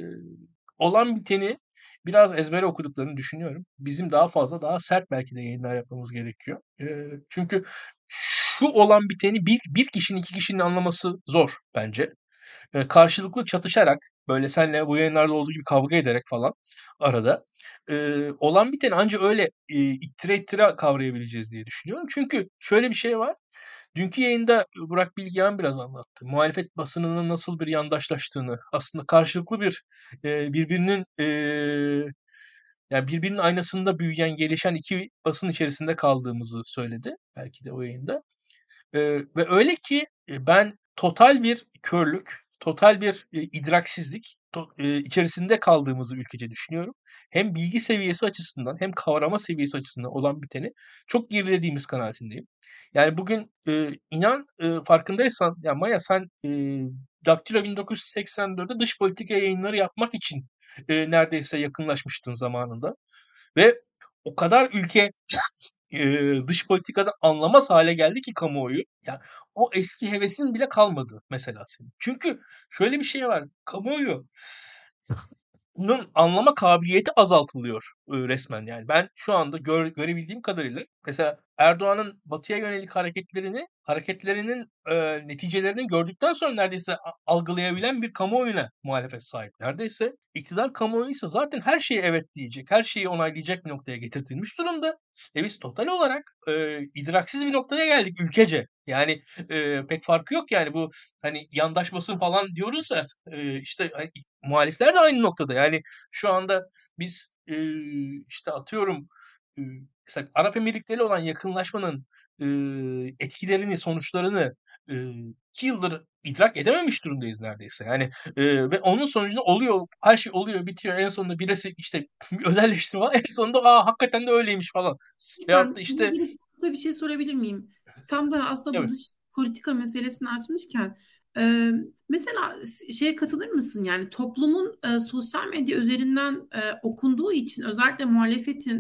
olan biteni biraz ezbere okuduklarını düşünüyorum. Bizim daha fazla, daha sert belki de yayınlar yapmamız gerekiyor. Çünkü şu olan biteni bir kişinin, 2 kişinin anlaması zor bence. Karşılıklı çatışarak, böyle senle bu yayınlarda olduğu gibi kavga ederek falan arada olan biteni ancak öyle ittire ittire kavrayabileceğiz diye düşünüyorum. Çünkü şöyle bir şey var. Dünkü yayında Burak Bilgehan biraz anlattı. Muhalefet basınının nasıl bir yandaşlaştığını, aslında karşılıklı bir birbirinin yani birbirinin aynasında büyüyen, gelişen iki basın içerisinde kaldığımızı söyledi. Belki de o yayında. Ve öyle ki ben total bir körlük, total bir idraksizlik içerisinde kaldığımızı ülkece düşünüyorum. Hem bilgi seviyesi açısından hem kavrama seviyesi açısından olan biteni çok gerilediğimiz kanaatindeyim. Yani bugün inan farkındaysan ya Maya sen Daktilo 1984'te dış politika yayınları yapmak için neredeyse yakınlaşmıştın zamanında. Ve o kadar ülke dış politikada anlamaz hale geldi ki kamuoyu. Ya o eski hevesin bile kalmadı mesela senin. Çünkü şöyle bir şey var. Kamuoyu anlama kabiliyeti azaltılıyor resmen yani. Ben şu anda görebildiğim kadarıyla mesela Erdoğan'ın batıya yönelik hareketlerinin neticelerini gördükten sonra neredeyse algılayabilen bir kamuoyuna muhalefet sahip. Neredeyse iktidar kamuoyu ise zaten her şeye evet diyecek, her şeyi onaylayacak bir noktaya getirtilmiş durumda. Biz total olarak idraksiz bir noktaya geldik ülkece. Yani pek farkı yok yani bu hani yandaşmasın falan diyoruz da işte hani muhalifler de aynı noktada. Yani şu anda biz işte atıyorum mesela Arap Emirlikleri olan yakınlaşmanın etkilerini, sonuçlarını 2 yıldır idrak edememiş durumdayız neredeyse. Yani ve onun sonucunda oluyor, her şey oluyor, bitiyor. En sonunda birisi işte özelleştirme var. En sonunda hakikaten de öyleymiş falan. Veyahut Ben da bununla işte ilgili kısa bir şey sorabilir miyim? Tam da aslında bu tabii. dış politika meselesini açmışken e, mesela şeye katılır mısın? Yani toplumun sosyal medya üzerinden okunduğu için özellikle muhalefetin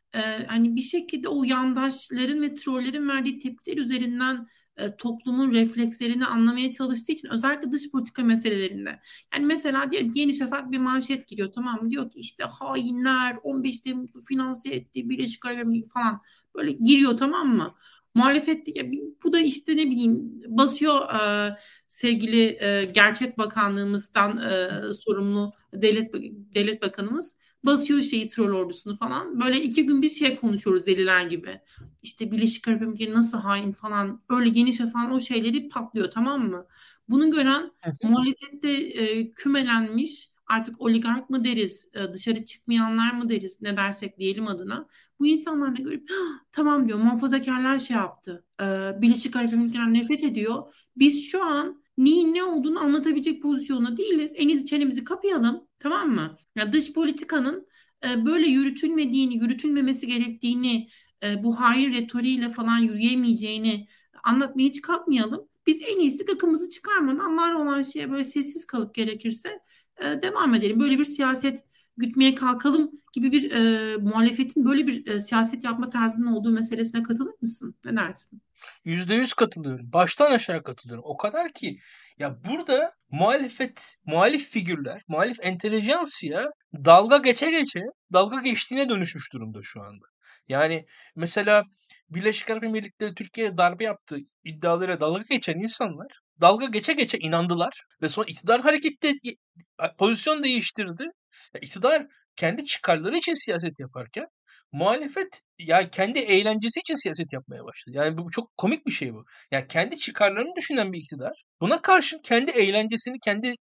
hani bir şekilde o yandaşların ve trollerin verdiği tepkiler üzerinden toplumun reflekslerini anlamaya çalıştığı için özellikle dış politika meselelerinde. Yani mesela diyelim ki Yeni Şafak bir manşet giriyor, tamam mı? Diyor ki işte hainler 15 Temmuz'u finanse etti Birleşik Arap Emirlikleri falan, böyle giriyor, tamam mı? Muhalefet ya, bu da işte ne bileyim basıyor, sevgili Gerçek Bakanlığımızdan sorumlu devlet bakanımız basıyor şeyi, troll ordusunu falan. Böyle 2 gün biz şey konuşuyoruz deliler gibi. İşte Birleşik Arap Emirlikleri nasıl hain falan. Öyle geniş falan o şeyleri patlıyor, tamam mı? Bunu gören Hı hı. muhalefette kümelenmiş artık oligark mı deriz, dışarı çıkmayanlar mı deriz, ne dersek diyelim adına. Bu insanlar da görüp tamam diyor, muhafazakarlar şey yaptı. Birleşik Arap Emirlikleri'nden nefret ediyor. Biz şu an neyin ne olduğunu anlatabilecek pozisyonda değiliz. En iyisi çenemizi kapayalım, tamam mı? Ya dış politikanın böyle yürütülmediğini, yürütülmemesi gerektiğini, bu hayır retoriğiyle falan yürüyemeyeceğini anlatmaya hiç kalkmayalım. Biz en iyisi gıkımızı çıkarmadan var olan şeye böyle sessiz kalıp gerekirse devam edelim. Böyle bir siyaset gütmeye kalkalım gibi bir muhalefetin böyle bir siyaset yapma tarzının olduğu meselesine katılır mısın? Ne dersin? %100 katılıyorum. Baştan aşağı katılıyorum. O kadar ki ya burada muhalefet, muhalif figürler, muhalif entelejansiya dalga geçe geçe dalga geçtiğine dönüşmüş durumda şu anda. Yani mesela Birleşik Arap Emirlikleri Türkiye'ye darbe yaptığı iddialarıyla dalga geçen insanlar dalga geçe geçe inandılar ve sonra iktidar harekette pozisyon değiştirdi. Ya iktidar kendi çıkarları için siyaset yaparken muhalefet ya kendi eğlencesi için siyaset yapmaya başladı. Yani bu çok komik bir şey bu. Yani kendi çıkarlarını düşünen bir iktidar. Buna karşın kendi eğlencesini, kendi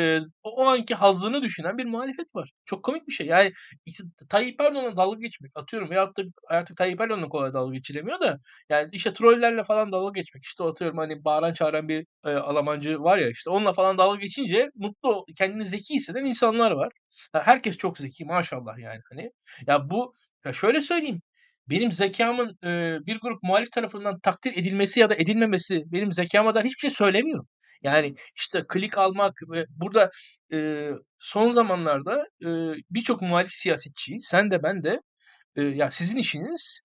o anki hazzını düşünen bir muhalefet var. Çok komik bir şey. Yani Tayyip Erdoğan'la dalga geçmek atıyorum veyahut da artık Tayyip Erdoğan'la kolay dalga geçilemiyor da yani işte trollerle falan dalga geçmek. İşte atıyorum hani bağıran çağıran bir Almancı var ya işte onunla falan dalga geçince mutlu, kendini zeki hisseden insanlar var. Ha, herkes çok zeki maşallah yani hani. Ya bu ya şöyle söyleyeyim. Benim zekamın bir grup muhalif tarafından takdir edilmesi ya da edilmemesi benim zekama dair hiçbir şey söylemiyor. Yani işte klik almak ve burada son zamanlarda birçok muhalif siyasetçi, sen de ben de ya sizin işiniz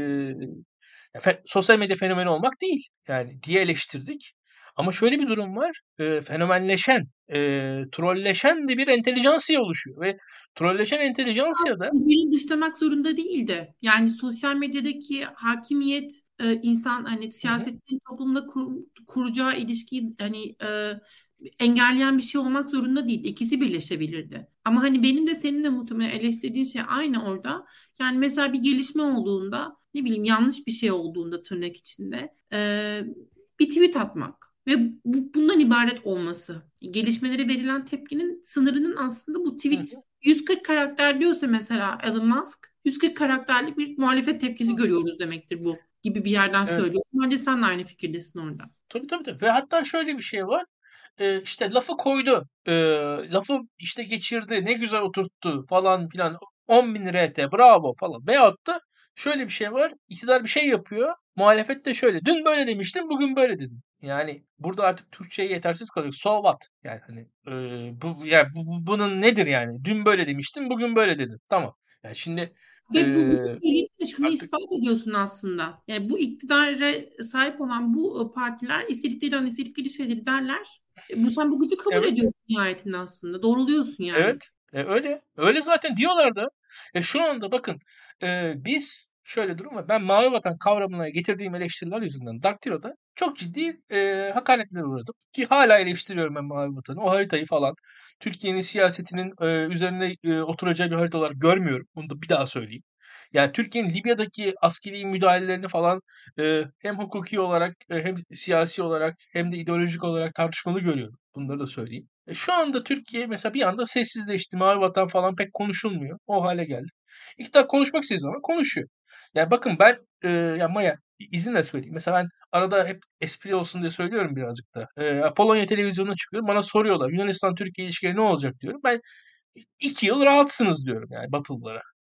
sosyal medya fenomeni olmak değil. Yani diye eleştirdik. Ama şöyle bir durum var. Fenomenleşen, trolleşen de bir entelijansiya oluşuyor ve trolleşen entelijansiya da Birini dışlamak zorunda değil de, yani sosyal medyadaki hakimiyet insan hani hı hı, siyasetin toplumda kuracağı ilişkiyi hani engelleyen bir şey olmak zorunda değil. İkisi birleşebilirdi. Ama hani benim de senin de muhtemelen eleştirdiğin şey aynı orada. Yani mesela bir gelişme olduğunda, ne bileyim yanlış bir şey olduğunda tırnak içinde bir tweet atmak ve bundan ibaret olması. Gelişmelere verilen tepkinin sınırının aslında bu hı tweet hı. 140 karakter diyorsa mesela Elon Musk, 140 karakterlik bir muhalefet tepkisi görüyoruz demektir bu gibi bir yerden Evet. söylüyor. Bence sen de aynı fikirdesin orada. Tabii tabii tabii. Ve hatta şöyle bir şey var. İşte lafı koydu. Lafı işte geçirdi. Ne güzel oturttu falan filan. 10.000 RT bravo falan. Veyahut da şöyle bir şey var. İktidar bir şey yapıyor. Muhalefet de şöyle. Dün böyle demiştin, bugün böyle dedin. Yani burada artık Türkçe'ye yetersiz kalıyor. So what? Yani hani bunun nedir yani? Dün böyle demiştin, bugün böyle dedin. Tamam. Yani şimdi Ve bunu ee, söyleyip de şunu artık ispat ediyorsun aslında. Yani bu iktidara sahip olan bu partiler istedikleri an istedikleri şeyleri derler. Sen bu gücü kabul evet. ediyorsun nihayetinde aslında. Doğruluyorsun yani. Evet. Öyle. Öyle zaten diyorlar da. Şu anda bakın biz şöyle durum var. Ben Mavi Vatan kavramına getirdiğim eleştiriler yüzünden Daktilo'da çok ciddi hakaretlere uğradım. Ki hala eleştiriyorum ben Mavi Vatan'ı. O haritayı falan Türkiye'nin siyasetinin üzerine oturacağı bir harita olarak görmüyorum. Bunu da bir daha söyleyeyim. Yani Türkiye'nin Libya'daki askeri müdahalelerini falan hem hukuki olarak hem siyasi olarak hem de ideolojik olarak tartışmalı görüyorum. Bunları da söyleyeyim. Şu anda Türkiye mesela bir anda sessizleşti. Mavi Vatan falan pek konuşulmuyor. O hale geldi. İktidar konuşmak istediği zaman konuşuyor. Yani bakın ben ya Maya izinle söyleyeyim. Mesela ben arada hep espri olsun diye söylüyorum birazcık da. Polonya televizyonuna çıkıyorum. Bana soruyorlar Yunanistan-Türkiye ilişkileri ne olacak diyorum. Ben 2 yıl rahatsınız diyorum yani Batılılara.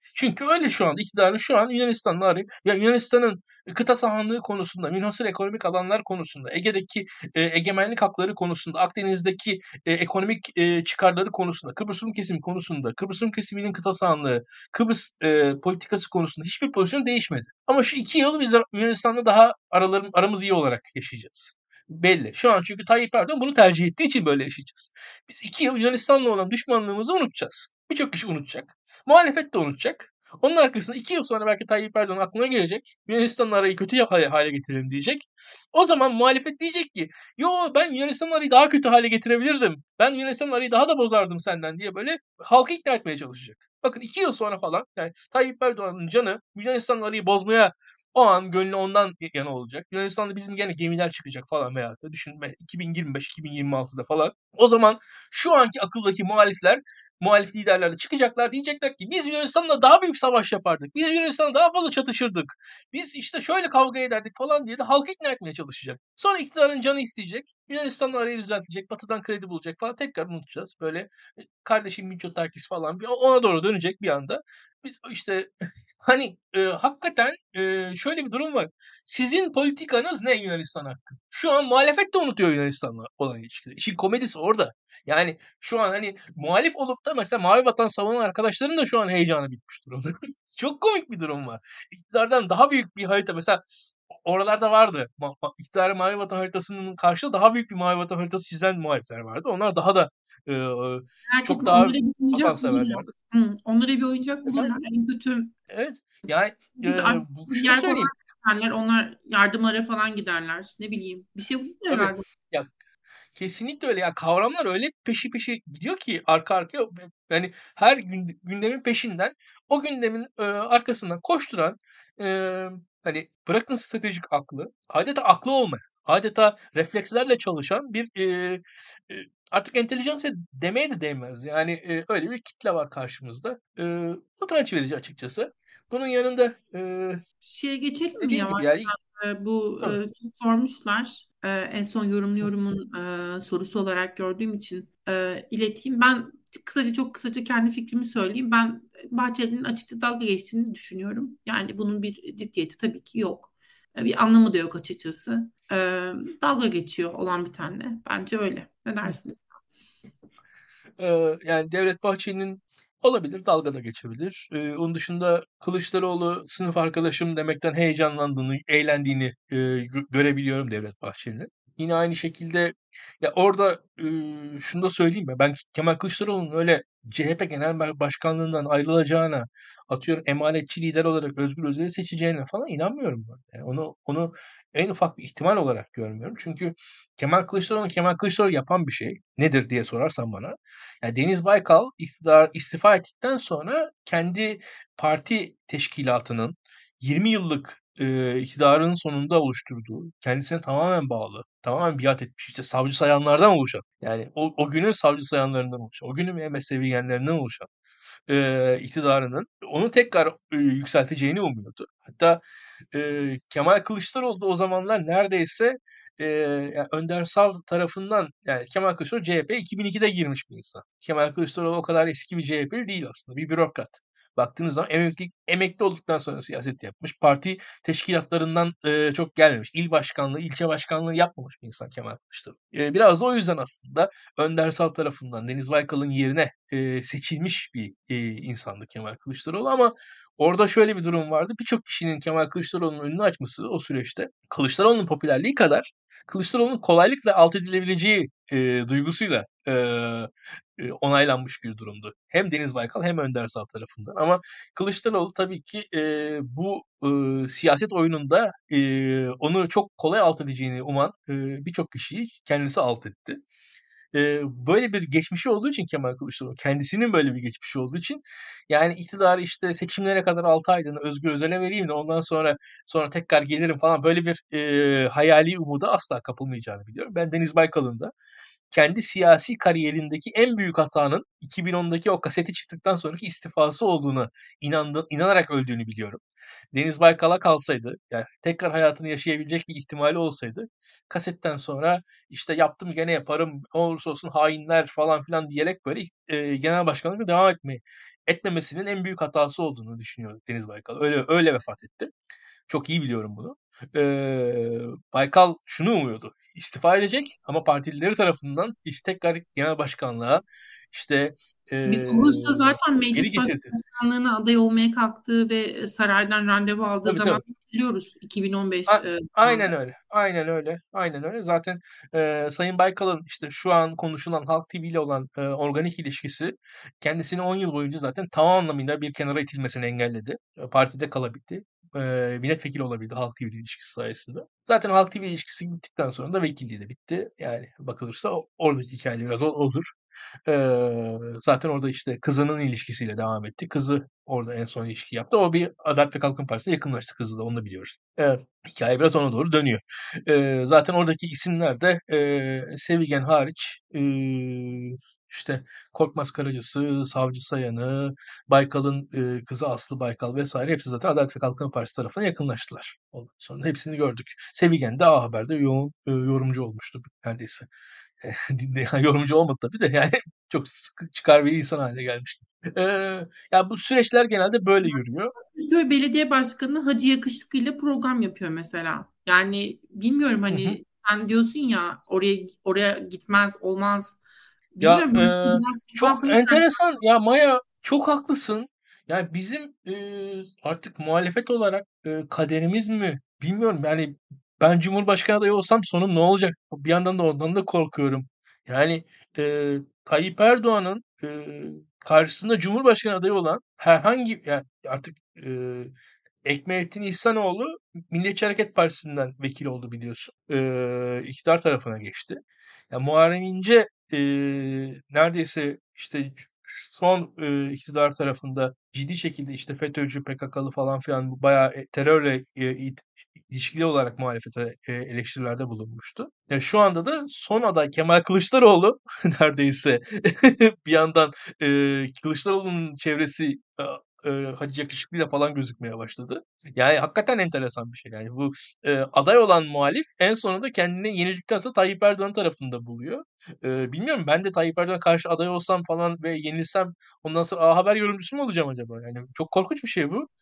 Çünkü öyle şu anda iktidarın şu an Yunanistan'la arıyor. Ya Yunanistan'ın kıta sahanlığı konusunda, münhasır ekonomik alanlar konusunda, Ege'deki egemenlik hakları konusunda, Akdeniz'deki ekonomik çıkarları konusunda, Kıbrıs Rum kesimi konusunda, Kıbrıs Rum kesiminin kıta sahanlığı, Kıbrıs politikası konusunda hiçbir pozisyon değişmedi. Ama şu 2 yıl biz Yunanistan'la daha aramız iyi olarak yaşayacağız. Belli. Şu an çünkü Tayyip Erdoğan bunu tercih ettiği için böyle yaşayacağız. Biz 2 yıl Yunanistan'la olan düşmanlığımızı unutacağız. Birçok kişi unutacak. Muhalefet de unutacak. Onun arkasında 2 yıl sonra belki Tayyip Erdoğan aklına gelecek. Yunanistan'la arayı kötü hale getirelim diyecek. O zaman muhalefet diyecek ki yo ben Yunanistan'la arayı daha kötü hale getirebilirdim. Ben Yunanistan'la arayı daha da bozardım senden diye böyle halkı ikna etmeye çalışacak. Bakın 2 yıl sonra falan yani Tayyip Erdoğan'ın canı Yunanistan'la arayı bozmaya o an gönlü ondan yana olacak. Yunanistan'da bizim gene gemiler çıkacak falan veyahut da düşünme 2025-2026'da falan. O zaman şu anki akıldaki muhalif liderler de çıkacaklar diyecekler ki biz Yunanistan'la daha büyük savaş yapardık. Biz Yunanistan'la daha fazla çatışırdık. Biz işte şöyle kavga ederdik falan diye de halkı ikna etmeye çalışacak. Sonra iktidarın canı isteyecek. Yunanistan'la arayı düzeltecek. Batı'dan kredi bulacak falan. Tekrar unutacağız. Böyle kardeşim Mitsotakis falan ona doğru dönecek bir anda. Biz işte hani hakikaten şöyle bir durum var. Sizin politikanız ne Yunanistan hakkı? Şu an muhalefet de unutuyor Yunanistan'la olan ilişkileri. İşin komedisi orada. Yani şu an hani muhalif olup da mesela Mavi Vatan savunan arkadaşların da şu an heyecanı bitmiş durumda. Çok komik bir durum var. İktidardan daha büyük bir harita mesela oralarda vardı. İktidarı Mavi Vatan haritasının karşısında daha büyük bir Mavi Vatan haritası çizen muhalifler vardı. Onlar daha da e, Merak çok etme, daha onlara bir oyuncak bulurlar. vatanseverlerdi. Hı, onlara bir oyuncak bulurlar. Efendim? En kötü Evet. Yani artık şunu yer falan söyleyeyim. seçerler. Onlar yardımlara falan giderler. Ne bileyim. Bir şey bulurlar Tabii. herhalde. Ya kesinlikle öyle ya. Kavramlar öyle peşi peşi gidiyor ki arka arkaya yani her gündemin peşinden o gündemin arkasından koşturan e, hani bırakın stratejik aklı adeta aklı olmayan adeta reflekslerle çalışan bir e, artık entelijansiya demeye de değmez. Yani öyle bir kitle var karşımızda. Utanç verici açıkçası. Bunun yanında Şeye geçelim mi dediğim yavaş? gibi yani Bu tabii, çok sormuşlar. En son yorumluyorumun sorusu olarak gördüğüm için ileteyim. Ben çok kısaca kendi fikrimi söyleyeyim. Ben Bahçeli'nin açıkça dalga geçtiğini düşünüyorum. Yani bunun bir ciddiyeti tabii ki yok. Bir anlamı da yok açıkçası. Dalga geçiyor olan bir tane. Bence öyle. Ne dersin? Yani Devlet Bahçeli'nin olabilir, dalga da geçebilir. Onun dışında Kılıçdaroğlu sınıf arkadaşım demekten heyecanlandığını, eğlendiğini görebiliyorum Devlet Bahçeli'nin. Yine aynı şekilde ya orada şunu da söyleyeyim mi? Ben Kemal Kılıçdaroğlu'nun öyle CHP Genel Başkanlığından ayrılacağına, atıyorum emanetçi lider olarak Özgür Özel'i seçeceğine falan inanmıyorum ben. Yani onu en ufak bir ihtimal olarak görmüyorum. Çünkü Kemal Kılıçdaroğlu yapan bir şey nedir diye sorarsan bana. Yani Deniz Baykal istifa ettikten sonra kendi parti teşkilatının 20 yıllık iktidarın sonunda oluşturduğu, kendisine tamamen bağlı, tamamen biat etmiş, işte savcı sayanlardan oluşan, yani o günün savcı sayanlarından oluşan, o günün MSV'yenlerinden oluşan iktidarının onu tekrar yükselteceğini umuyordu. Hatta Kemal Kılıçdaroğlu da o zamanlar neredeyse yani Önder Sav tarafından yani Kemal Kılıçdaroğlu CHP 2002'de girmiş bir insan. Kemal Kılıçdaroğlu o kadar eski bir CHP'li değil aslında. Bir bürokrat. Baktığınız zaman emekli olduktan sonra siyaset yapmış. Parti teşkilatlarından çok gelmemiş. İl başkanlığı, ilçe başkanlığı yapmamış bir insan Kemal Kılıçdaroğlu. Biraz da o yüzden aslında Önder Sav tarafından Deniz Baykal'ın yerine seçilmiş bir insandı Kemal Kılıçdaroğlu ama orada şöyle bir durum vardı. Birçok kişinin Kemal Kılıçdaroğlu'nun önünü açması o süreçte Kılıçdaroğlu'nun popülerliği kadar Kılıçdaroğlu'nun kolaylıkla alt edilebileceği duygusuyla onaylanmış bir durumdu. Hem Deniz Baykal hem Önder Sağ tarafından. Ama Kılıçdaroğlu tabii ki bu siyaset oyununda onu çok kolay alt edeceğini uman birçok kişiyi kendisi alt etti. Böyle bir geçmişi olduğu için Kemal Kılıçdaroğlu, kendisinin böyle bir geçmişi olduğu için yani iktidarı işte seçimlere kadar 6 aylığına Özgür Özel'e vereyim de ondan sonra tekrar gelirim falan böyle bir hayali umuda asla kapılmayacağını biliyorum. Ben Deniz Baykal'ın da kendi siyasi kariyerindeki en büyük hatanın 2010'daki o kaseti çıktıktan sonraki istifası olduğunu inanarak öldüğünü biliyorum. Deniz Baykal'a kalsaydı, yani tekrar hayatını yaşayabilecek bir ihtimali olsaydı, kasetten sonra işte yaptım gene yaparım, ne olursa olsun hainler falan filan diyerek böyle genel başkanlıkla devam etmeyi etmemesinin en büyük hatası olduğunu düşünüyor Deniz Baykal. Öyle vefat etti. Çok iyi biliyorum bunu. Baykal şunu umuyordu. İstifa edecek ama partilileri tarafından işte tekrar genel başkanlığa işte Biz olursa zaten geri meclis getirdi. başkanlığına aday olmaya kalktığı ve saraydan randevu aldığı Tabii zaman tabii. biliyoruz 2015 Aynen zamanında. öyle. Aynen öyle. Aynen öyle. Zaten Sayın Baykal'ın işte şu an konuşulan Halk TV ile olan organik ilişkisi kendisini 10 yıl boyunca zaten tam anlamıyla bir kenara itilmesini engelledi. Partide kalabildi. Milletvekili olabildi Halk TV ile ilişkisi sayesinde. Zaten Halk TV ilişkisi bittikten sonra da vekilliği de bitti. Yani bakılırsa oradaki hikaye biraz odur. Zaten orada işte kızının ilişkisiyle devam etti. Kızı orada en son ilişki yaptı. O bir Adalet ve Kalkınma Partisi'ne yakınlaştı kızı da onu da biliyoruz. Evet. Hikaye biraz ona doğru dönüyor. Zaten oradaki isimler de Sevigen hariç işte Korkmaz Karacası, Savcı Sayan'ı, Baykal'ın kızı Aslı Baykal vesaire hepsi zaten Adalet ve Kalkınma Partisi tarafına yakınlaştılar. Ondan sonra hepsini gördük. Sevigen de A Haber'de yoğun yorumcu olmuştu neredeyse. Yorumcu olmadı tabii de yani çok sıkı çıkar bir insan haline gelmişti. Ya bu süreçler genelde böyle yürüyor. Köy Belediye Başkanı Hacı Yakışıklı ile program yapıyor mesela. Yani bilmiyorum Hı hı. hani sen diyorsun ya oraya gitmez olmaz. Ya Bilmiyorum ben biraz çok kampanya enteresan ya Maya çok haklısın. Yani bizim artık muhalefet olarak kaderimiz mi bilmiyorum. Yani ben Cumhurbaşkanı adayı olsam sonu ne olacak? Bir yandan da ondan da korkuyorum. Yani Tayyip Erdoğan'ın karşısında Cumhurbaşkanı adayı olan herhangi yani artık Ekmelettin İhsanoğlu Milliyetçi Hareket Partisi'nden vekil oldu biliyorsun. İktidar tarafına geçti. Ya Muharrem İnce neredeyse işte son iktidar tarafında ciddi şekilde işte FETÖ'cü, PKK'lı falan filan bu bayağı terörle ilişkili olarak muhalefete eleştirilerde bulunmuştu. Ya şu anda da son aday Kemal Kılıçdaroğlu neredeyse bir yandan Kılıçdaroğlu'nun çevresi Hacı Yakışıklı'yla falan gözükmeye başladı. Yani hakikaten enteresan bir şey. Yani bu aday olan muhalif en sonunda kendini yenildikten sonra Tayyip Erdoğan tarafında buluyor. Bilmiyorum ben de Tayyip Erdoğan'a karşı aday olsam falan ve yenilsem ondan sonra A Haber yorumcusu mu olacağım acaba? Yani çok korkunç bir şey bu.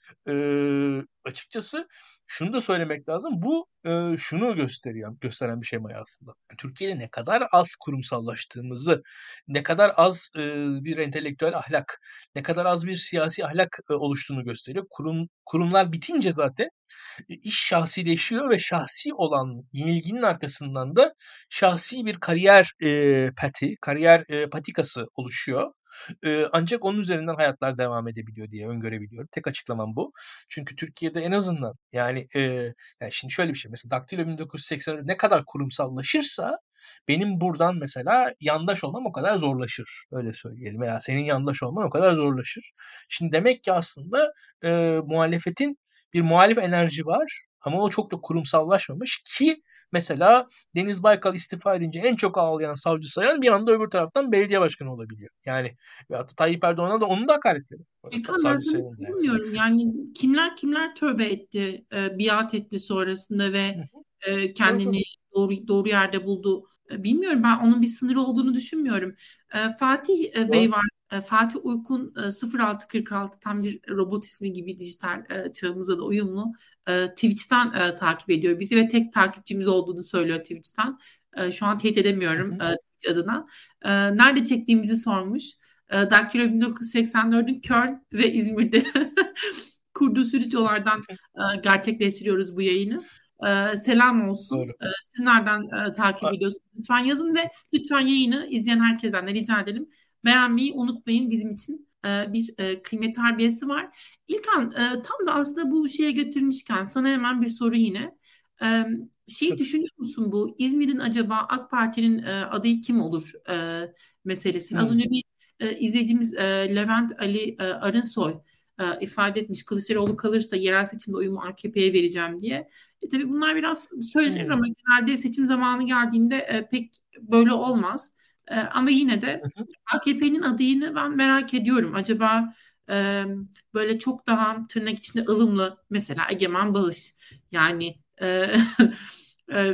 Açıkçası şunu da söylemek lazım. Bu şunu gösteren bir şey Maya aslında. Türkiye'de ne kadar az kurumsallaştığımızı, ne kadar az bir entelektüel ahlak, ne kadar az bir siyasi ahlak oluştuğunu gösteriyor. Kurumlar bitince zaten iş şahsileşiyor ve şahsi olan yenilginin arkasından da şahsi bir kariyer kariyer patikası oluşuyor. Ancak onun üzerinden hayatlar devam edebiliyor diye öngörebiliyorum. Tek açıklamam bu. Çünkü Türkiye'de en azından yani şimdi şöyle bir şey. Mesela Daktilo 1980'de ne kadar kurumsallaşırsa benim buradan mesela yandaş olmam o kadar zorlaşır. Öyle söyleyelim. Veya senin yandaş olman o kadar zorlaşır. Şimdi demek ki aslında muhalefetin bir muhalif enerji var ama o çok da kurumsallaşmamış ki mesela Deniz Baykal istifa edince en çok ağlayan Savcı Sayan bir anda öbür taraftan belediye başkanı olabiliyor. Yani ve Tayyip Erdoğan'a da onun da hakaretleri var. İlkan ben Savcı sana Sayan'ın da yani. bilmiyorum yani kimler tövbe etti, biat etti sonrasında Hı ve hı. Tabii kendini tabii. doğru yerde buldu. Bilmiyorum ben onun bir sınırı olduğunu düşünmüyorum. Fatih Bey Doğru. var. Fatih Uykun 0646 tam bir robot ismi gibi dijital çağımıza da uyumlu. Twitch'ten takip ediyor bizi ve tek takipçimiz olduğunu söylüyor Twitch'ten. Şu an teyit Hı edemiyorum hı. Twitch adına. Nerede çektiğimizi sormuş. Daktilo 1984'ün Köln ve İzmir'de kurduğu stüdyolardan gerçekleştiriyoruz bu yayını. Selam olsun. Doğru. Siz nereden takip ediyorsunuz? Lütfen yazın ve lütfen yayını izleyen herkesten de rica edelim. Beğenmeyi unutmayın bizim için bir kıymet harbiyesi var. İlkan tam da aslında bu şeye getirmişken sana hemen bir soru yine. E, Şey Tabii. düşünüyor musun bu İzmir'in acaba AK Parti'nin adayı kim olur meselesini? Az Hı. önce bir izleyicimiz Levent Ali Arınsoy ifade etmiş Kılıçdaroğlu kalırsa yerel seçimde oyumu AKP'ye vereceğim diye. Tabii bunlar biraz söylenir Hı. ama genelde seçim zamanı geldiğinde pek böyle olmaz. Ama yine Hı de hı. AKP'nin adayını ben merak ediyorum. Acaba böyle çok daha tırnak içinde ılımlı mesela Egemen Bağış yani e,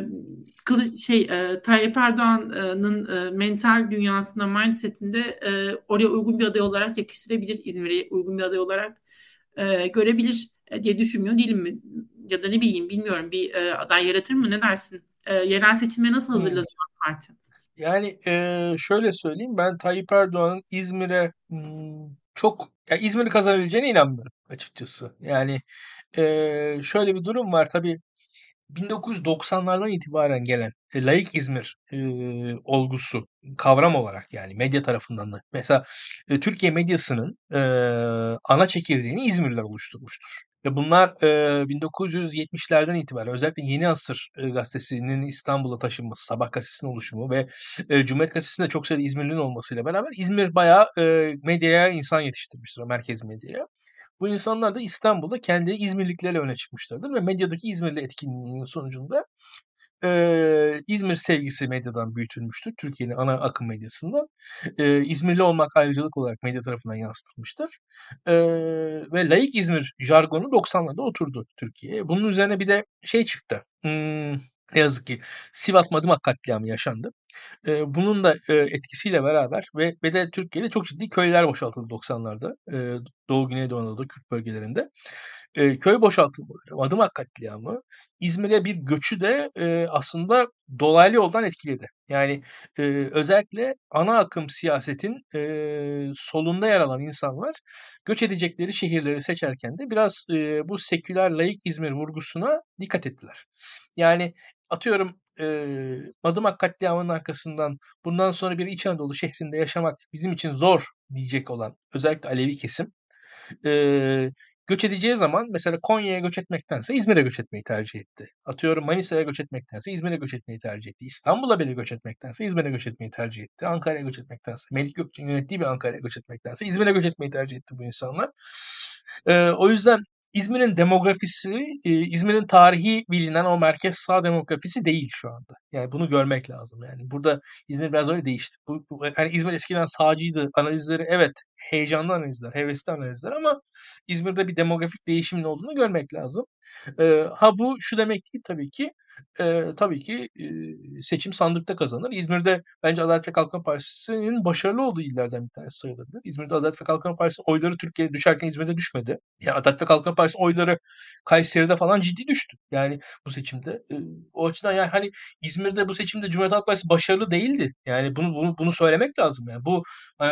Tayyip Erdoğan'ın mental dünyasında, mindsetinde oraya uygun bir aday olarak yakıştırabilir, İzmir'e uygun bir aday olarak görebilir diye düşünmüyor değilim mi? Ya da ne bileyim, bilmiyorum, bir aday yaratır mı? Ne dersin? Yerel seçime nasıl Hmm. hazırlanıyor parti? Yani şöyle söyleyeyim, ben Tayyip Erdoğan'ın İzmir'e çok ya İzmir'i kazanabileceğine inanmıyorum açıkçası. Yani şöyle bir durum var tabii. 1990'lardan itibaren gelen laik İzmir olgusu, kavram olarak yani medya tarafından da. Mesela Türkiye medyasının ana çekirdeğini İzmirliler oluşturmuştur. Ve bunlar 1970'lerden itibaren özellikle Yeni Asır gazetesinin İstanbul'a taşınması, Sabah gazetesinin oluşumu ve Cumhuriyet gazetesinde çok sayıda İzmirli'nin olmasıyla beraber İzmir bayağı medyaya insan yetiştirmiştir, merkez medyaya. Bu insanlar da İstanbul'da kendi İzmirlikleriyle öne çıkmışlardır ve medyadaki İzmirli etkinliğinin sonucunda İzmir sevgisi medyadan büyütülmüştür. Türkiye'nin ana akım medyasında. İzmirli olmak ayrıcalık olarak medya tarafından yansıtılmıştır. Ve laik İzmir jargonu 90'larda oturdu Türkiye'ye. Bunun üzerine bir de şey çıktı. Ne yazık ki Sivas Madımak katliamı yaşandı. Bunun da etkisiyle beraber ve de Türkiye'de çok ciddi köyler boşaltıldı 90'larda. Doğu Güneydoğu Anadolu Kürt bölgelerinde. Köy boşaltılmaları, Madımak katliamı İzmir'e bir göçü de aslında dolaylı yoldan etkiledi. Yani özellikle ana akım siyasetin solunda yer alan insanlar göç edecekleri şehirleri seçerken de biraz bu seküler laik İzmir vurgusuna dikkat ettiler. Yani atıyorum Madımak katliamının arkasından bundan sonra bir İç Anadolu şehrinde yaşamak bizim için zor diyecek olan özellikle Alevi kesim eee, göç edeceği zaman mesela Konya'ya göç etmektense İzmir'e göç etmeyi tercih etti. Atıyorum Manisa'ya göç etmektense İzmir'e göç etmeyi tercih etti. İstanbul'a bile göç etmektense İzmir'e göç etmeyi tercih etti. Ankara'ya göç etmektense, Melik Gökçe'nin yönettiği bir Ankara'ya göç etmektense İzmir'e göç etmeyi tercih etti bu insanlar. O yüzden İzmir'in demografisi, İzmir'in tarihi bilinen o merkez sağ demografisi değil şu anda. Yani bunu görmek lazım. Yani burada İzmir biraz öyle değişti. Yani İzmir eskiden sağcıydı. Analizleri evet heyecanlı analizler, hevesli analizler ama İzmir'de bir demografik değişimin olduğunu görmek lazım. Ha bu şu demek değil tabii ki seçim sandıkta kazanır. İzmir'de bence Adalet ve Kalkınma Partisi'nin başarılı olduğu illerden bir tanesi sayılabilir. İzmir'de Adalet ve Kalkınma Partisi oyları Türkiye'de düşerken İzmir'de düşmedi. Ya Adalet ve Kalkınma Partisi oyları Kayseri'de falan ciddi düştü. Yani bu seçimde. O açıdan yani hani İzmir'de bu seçimde Cumhuriyet Halk Partisi başarılı değildi. Yani bunu söylemek lazım yani. Bu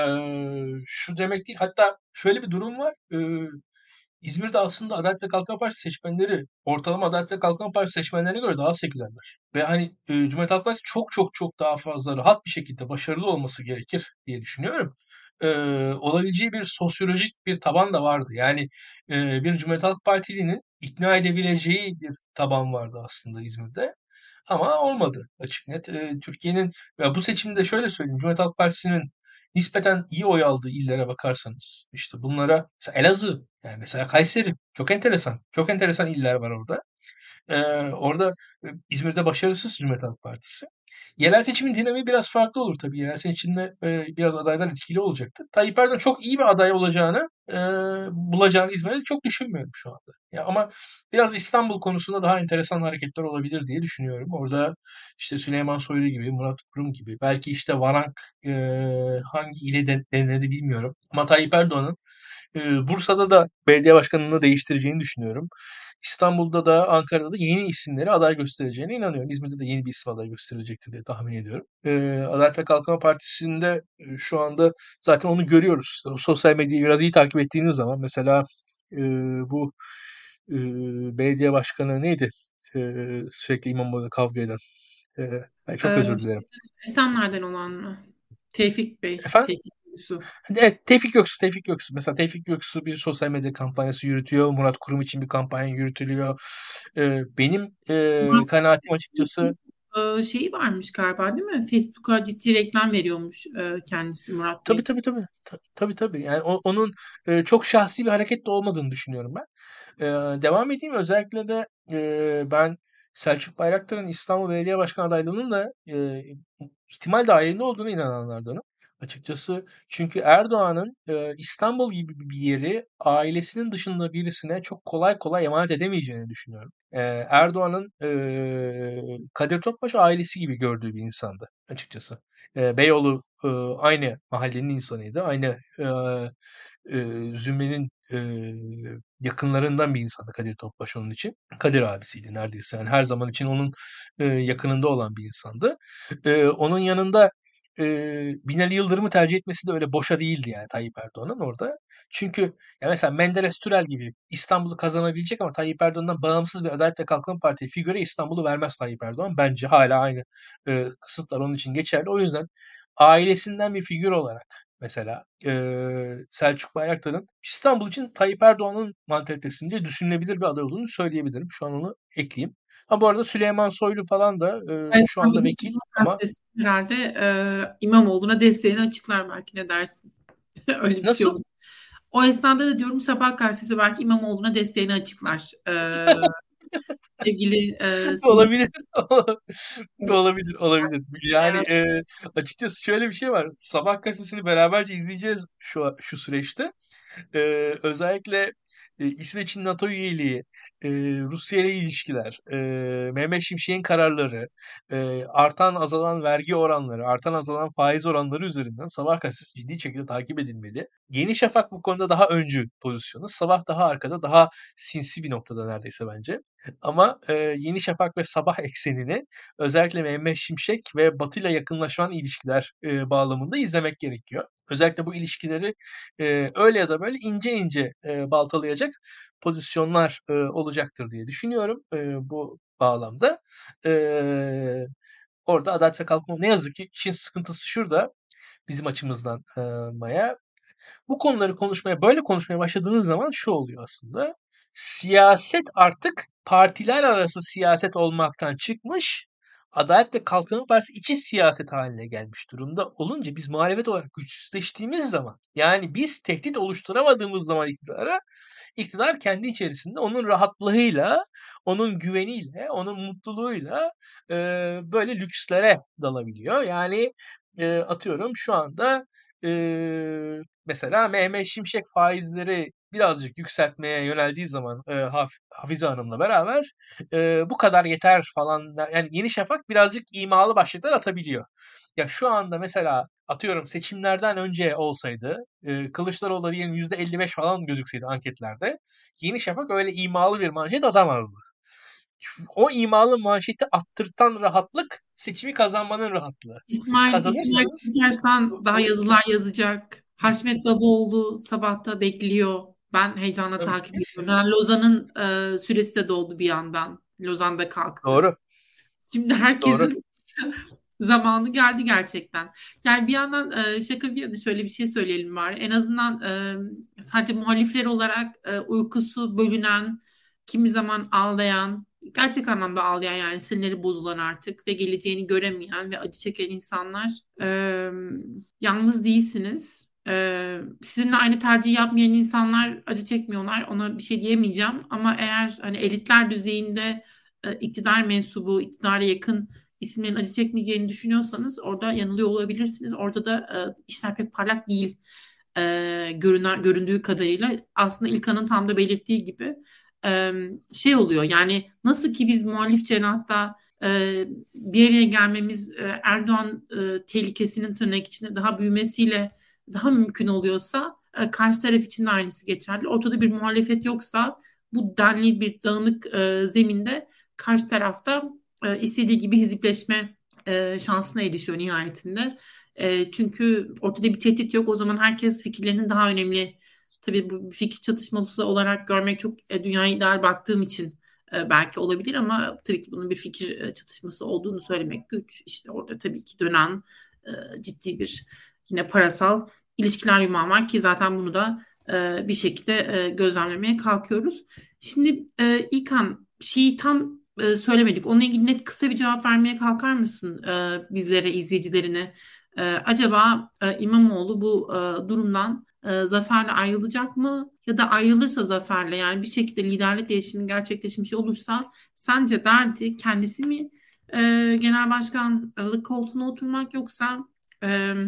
şu demek değil. Hatta şöyle bir durum var. İzmir'de aslında Adalet ve Kalkınma Partisi seçmenleri ortalama Adalet ve Kalkınma Partisi seçmenlerine göre daha sekülerler. Ve hani Cumhuriyet Halk Partisi çok çok çok daha fazla rahat bir şekilde başarılı olması gerekir diye düşünüyorum. Olabileceği bir sosyolojik bir taban da vardı. Yani bir Cumhuriyet Halk Partilinin ikna edebileceği bir taban vardı aslında İzmir'de. Ama olmadı açık net. Türkiye'nin ya bu seçimde şöyle söyleyeyim. Cumhuriyet Halk Partisi'nin nispeten iyi oy aldığı illere bakarsanız işte bunlara mesela Elazığ yani mesela Kayseri çok enteresan. Çok enteresan iller var orada. Orada İzmir'de başarısız Cumhuriyet Halk Partisi. Yerel seçimin dinamiği biraz farklı olur tabii. Yerel seçimde biraz adaylar etkili olacaktır. Tayyip Erdoğan çok iyi bir aday olacağını, bulacağını İzmir'de çok düşünmüyorum şu anda. Ya ama biraz İstanbul konusunda daha enteresan hareketler olabilir diye düşünüyorum. Orada işte Süleyman Soylu gibi, Murat Kurum gibi, belki işte Varank hangi ile denedi bilmiyorum. Ama Tayyip Erdoğan'ın Bursa'da da belediye başkanlığını değiştireceğini düşünüyorum. İstanbul'da da Ankara'da da yeni isimleri aday göstereceğine inanıyorum. İzmir'de de yeni bir isim aday gösterilecektir diye tahmin ediyorum. Adalet ve Kalkınma Partisi'nde şu anda zaten onu görüyoruz. O sosyal medyayı biraz iyi takip ettiğiniz zaman mesela e, bu e, belediye başkanı neydi? Sürekli İmamoğlu'yla kavga eden. E, ay çok E, özür dilerim. Esenler'den olan mı? Tevfik Bey, Efendim? Tevfik Gülsu. Evet, Tevfik Göksu. Mesela Tevfik Göksu bir sosyal medya kampanyası yürütüyor. Murat Kurum için bir kampanya yürütülüyor. Benim Murat kanaatim Bey'in açıkçası şeyi varmış galiba, değil mi? Facebook'a ciddi reklam veriyormuş kendisi, Murat tabii Bey. tabii tabii. Tabii tabii. Yani onun çok şahsi bir hareket de olmadığını düşünüyorum ben. Devam edeyim. Özellikle de ben Selçuk Bayraktar'ın İstanbul Belediye Başkanı adaylığının da ihtimal dahilinde olduğunu inananlardanım. açıkçası. Çünkü Erdoğan'ın İstanbul gibi bir yeri ailesinin dışında birisine çok kolay kolay emanet edemeyeceğini düşünüyorum. Erdoğan'ın Kadir Topbaş ailesi gibi gördüğü bir insandı açıkçası. Beyoğlu aynı mahallenin insanıydı. Aynı zümrenin yakınlarından bir insandı Kadir Topbaş onun için. Kadir abisiydi neredeyse. Yani her zaman için onun yakınında olan bir insandı. Onun yanında Binali Yıldırım'ı tercih etmesi de öyle boşa değildi yani Tayyip Erdoğan'ın orada. Çünkü ya mesela Menderes Türel gibi İstanbul'u kazanabilecek ama Tayyip Erdoğan'dan bağımsız bir Adalet ve Kalkınma Partisi figüre İstanbul'u vermez Tayyip Erdoğan. Bence hala aynı kısıtlar onun için geçerli. O yüzden ailesinden bir figür olarak mesela Selçuk Bayraktar'ın İstanbul için Tayyip Erdoğan'ın mantalitesinde düşünülebilir bir aday olduğunu söyleyebilirim. Şu an onu ekleyeyim. Ha bu arada Süleyman Soylu falan da şu anda vekil ama herhalde İmamoğlu'na desteğini açıklar belki, ne dersin? Öyle bir şey nasıl? olur. O esnada da diyorum Sabah gazetesi belki İmamoğlu'na desteğini açıklar. Sevgili Olabilir. Olabilir, olabilir. Yani açıkçası şöyle bir şey var. Sabah gazetesini beraberce izleyeceğiz şu süreçte. Özellikle İsveç'in NATO üyeliği, Rusya ile ilişkiler, Mehmet Şimşek'in kararları, artan azalan vergi oranları, artan azalan faiz oranları üzerinden Sabah gazetesi ciddi şekilde takip edilmeli. Yeni Şafak bu konuda daha öncü pozisyonu. Sabah daha arkada, daha sinsi bir noktada neredeyse bence. Ama Yeni Şafak ve Sabah eksenini özellikle Mehmet Şimşek ve Batı ile yakınlaşan ilişkiler bağlamında izlemek gerekiyor. Özellikle bu ilişkileri öyle ya da böyle ince ince baltalayacak pozisyonlar olacaktır diye düşünüyorum bu bağlamda. E, Orada Adalet ve Kalkınma ne yazık ki işin sıkıntısı şurada bizim açımızdan Maya. Bu konuları konuşmaya, böyle konuşmaya başladığınız zaman şu oluyor aslında. Siyaset artık partiler arası siyaset olmaktan çıkmış, Adalet ve Kalkınma Partisi içi siyaset haline gelmiş durumda olunca biz muhalefet olarak güçsüzleştiğimiz zaman, yani biz tehdit oluşturamadığımız zaman iktidara, iktidar kendi içerisinde onun rahatlığıyla, onun güveniyle, onun mutluluğuyla böyle lükslere dalabiliyor. Yani atıyorum şu anda mesela Mehmet Şimşek faizleri birazcık yükseltmeye yöneldiği zaman Hafize Hanım'la beraber bu kadar yeter falan. Yani Yeni Şafak birazcık imalı başlıklar atabiliyor. Ya şu anda mesela atıyorum seçimlerden önce olsaydı Kılıçdaroğlu da diyelim %55 falan gözükseydi anketlerde Yeni Şafak öyle imalı bir manşet atamazdı. O imalı manşeti attırtan rahatlık seçimi kazanmanın rahatlığı. İsmail Kazanırsanız Küçükersan daha yazılar yazacak. Haşmet Babaoğlu sabahta bekliyor. Ben heyecanla takip hepsi ediyorum. Lozan'ın süresi de doldu bir yandan. Lozan'da kalktı. doğru. Şimdi Doğru. herkesin zamanı geldi gerçekten. Yani bir yandan şaka bir yana şöyle bir şey söyleyelim var. En azından sadece muhalifler olarak uykusu bölünen, kimi zaman ağlayan, gerçek anlamda ağlayan, yani sinirleri bozulan artık ve geleceğini göremeyen ve acı çeken insanlar, yalnız değilsiniz. Sizinle aynı tercih yapmayan insanlar acı çekmiyorlar. Ona bir şey diyemeyeceğim. Ama eğer hani elitler düzeyinde iktidar mensubu, iktidara yakın isimlerin acı çekmeyeceğini düşünüyorsanız orada yanılıyor olabilirsiniz. Orada da işler pek parlak değil. Göründüğü kadarıyla aslında İlkan'ın tam da belirttiği gibi şey oluyor. Yani nasıl ki biz muhalif cenahta bir araya gelmemiz Erdoğan tehlikesinin tırnak içinde daha büyümesiyle daha mümkün oluyorsa karşı taraf için de aynısı geçerli. Ortada bir muhalefet yoksa bu denli bir dağınık zeminde karşı tarafta istediği gibi hizipleşme şansına erişiyor nihayetinde. Çünkü ortada bir tehdit yok. O zaman herkes fikirlerinin daha önemli. Tabii bu bir fikir çatışması olarak görmek çok dünyaya ideal baktığım için belki olabilir ama tabii ki bunun bir fikir çatışması olduğunu söylemek güç. İşte orada tabii ki dönen ciddi bir yine parasal ilişkiler yumağı var ki zaten bunu da bir şekilde gözlemlemeye kalkıyoruz. Şimdi İlkan şeyi tam söylemedik. Onunla ilgili net kısa bir cevap vermeye kalkar mısın bizlere, izleyicilerine? Acaba İmamoğlu bu durumdan zaferle ayrılacak mı? Ya da ayrılırsa zaferle, yani bir şekilde liderlik değişimi gerçekleşmiş olursa sence derdi kendisi mi genel başkanlık koltuğuna oturmak, yoksa e,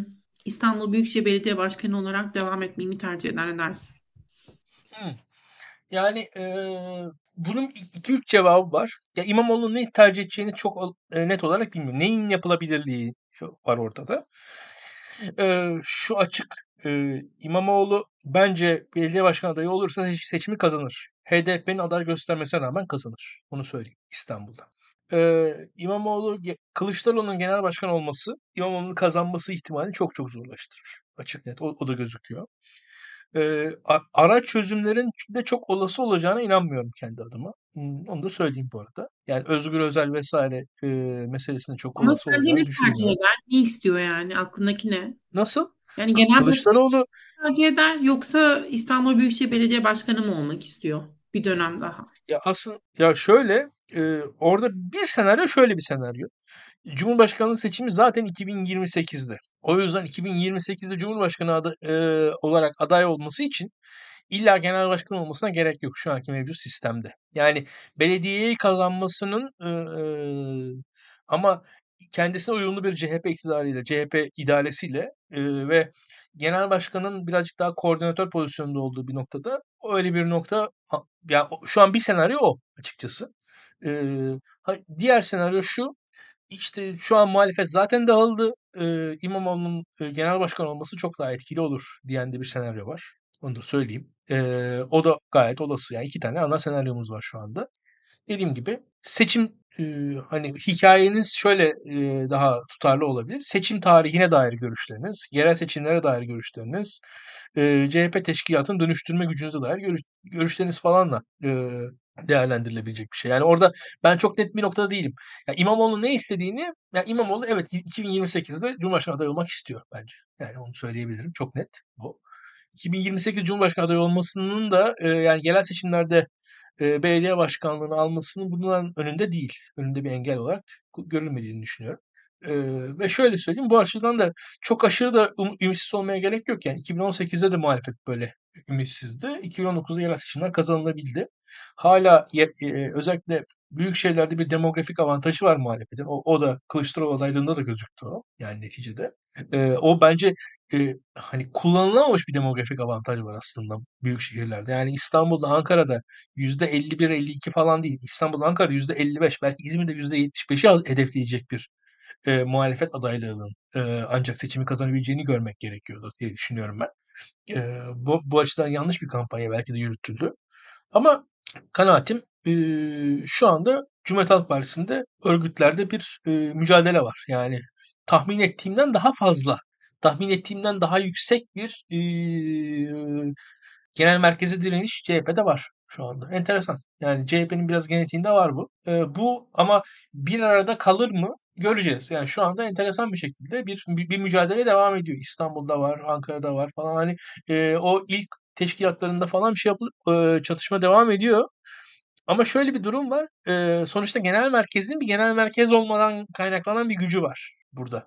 İstanbul Büyükşehir Belediye Başkanı olarak devam etmeyi mi tercih eder, ne dersin? Hımm. Yani, bunun iki üç cevabı var. Ya, İmamoğlu'nun ne tercih edeceğini çok net olarak bilmiyorum. Neyin yapılabilirliği var ortada. Şu açık, İmamoğlu bence belediye başkan adayı olursa seçimi kazanır. HDP'nin aday göstermesine rağmen kazanır. Bunu söyleyeyim İstanbul'da. İmamoğlu Kılıçdaroğlu'nun genel başkan olması, İmamoğlu'nun kazanması ihtimalini çok çok zorlaştırır. Açık net. O da gözüküyor. Araç çözümlerin de çok olası olacağına inanmıyorum kendi adıma. Onu da söyleyeyim bu arada. Yani Özgür Özel vesaire meselesinin çok Ama olası sence ne olacağını tercih düşünmüyorum. eder? Ne istiyor yani? Aklındaki ne? Nasıl? Yani genel başkan Kılıçdaroğlu tercih eder yoksa İstanbul Büyükşehir Belediye Başkanı mı olmak istiyor bir dönem daha? ya aslında ya şöyle orada bir senaryo şöyle bir senaryo. Cumhurbaşkanlığı seçimi zaten 2028'de. O yüzden 2028'de Cumhurbaşkanı olarak aday olması için İlla genel başkan olmasına gerek yok şu anki mevcut sistemde. Yani belediyeyi kazanmasının ama kendisine uyumlu bir CHP iktidarıyla, CHP idaresiyle ve genel başkanın birazcık daha koordinatör pozisyonunda olduğu bir noktada öyle bir nokta ya şu an bir senaryo o açıkçası. Diğer senaryo şu işte şu an muhalefet zaten dağıldı. İmamoğlu'nun genel başkan olması çok daha etkili olur diyen de bir senaryo var. Onu da söyleyeyim. O da gayet olası. Yani iki tane ana senaryomuz var şu anda. Dediğim gibi seçim hani hikayeniz şöyle daha tutarlı olabilir. Seçim tarihine dair görüşleriniz, yerel seçimlere dair görüşleriniz, CHP teşkilatını dönüştürme gücünüze dair görüşleriniz falanla değerlendirilebilecek bir şey. Yani orada ben çok net bir noktada değilim. Ya İmamoğlu ne istediğini, ya İmamoğlu evet 2028'de Cumhurbaşkanı adayı olmak istiyor bence. Yani onu söyleyebilirim. Çok net bu. 2028 Cumhurbaşkanı adayı olmasının da yani yerel seçimlerde belediye başkanlığını almasının bundan önünde değil. Önünde bir engel olarak görülmediğini düşünüyorum. Ve şöyle söyleyeyim bu açıdan da çok aşırı da ümitsiz olmaya gerek yok. Yani 2018'de de muhalefet böyle ümitsizdi. 2019'da yerel seçimler kazanılabildi. Hala özellikle büyük şehirlerde bir demografik avantajı var muhalefetin. O da Kılıçdaroğlu adaylığında da gözüktü o. Yani neticede. O bence hani kullanılamamış bir demografik avantaj var aslında büyük şehirlerde. Yani İstanbul'da, Ankara'da %51-52 falan değil. İstanbul, Ankara %55, belki İzmir'de %75'i hedefleyecek bir muhalefet adaylığının ancak seçimi kazanabileceğini görmek gerekiyordu diye düşünüyorum ben. Bu açıdan yanlış bir kampanya belki de yürütüldü. Ama kanaatim şu anda Cumhuriyet Halk Partisi'nde örgütlerde bir mücadele var. Yani tahmin ettiğimden daha fazla, tahmin ettiğimden daha yüksek bir genel merkezi direniş CHP'de var şu anda. Enteresan. Yani CHP'nin biraz genetiğinde var bu. Bu ama bir arada kalır mı? Göreceğiz. Yani şu anda enteresan bir şekilde bir mücadele devam ediyor. İstanbul'da var, Ankara'da var falan. Hani o ilk teşkilatlarında falan bir şey yapılıp çatışma devam ediyor. Ama şöyle bir durum var. Sonuçta genel merkezin bir genel merkez olmadan kaynaklanan bir gücü var burada.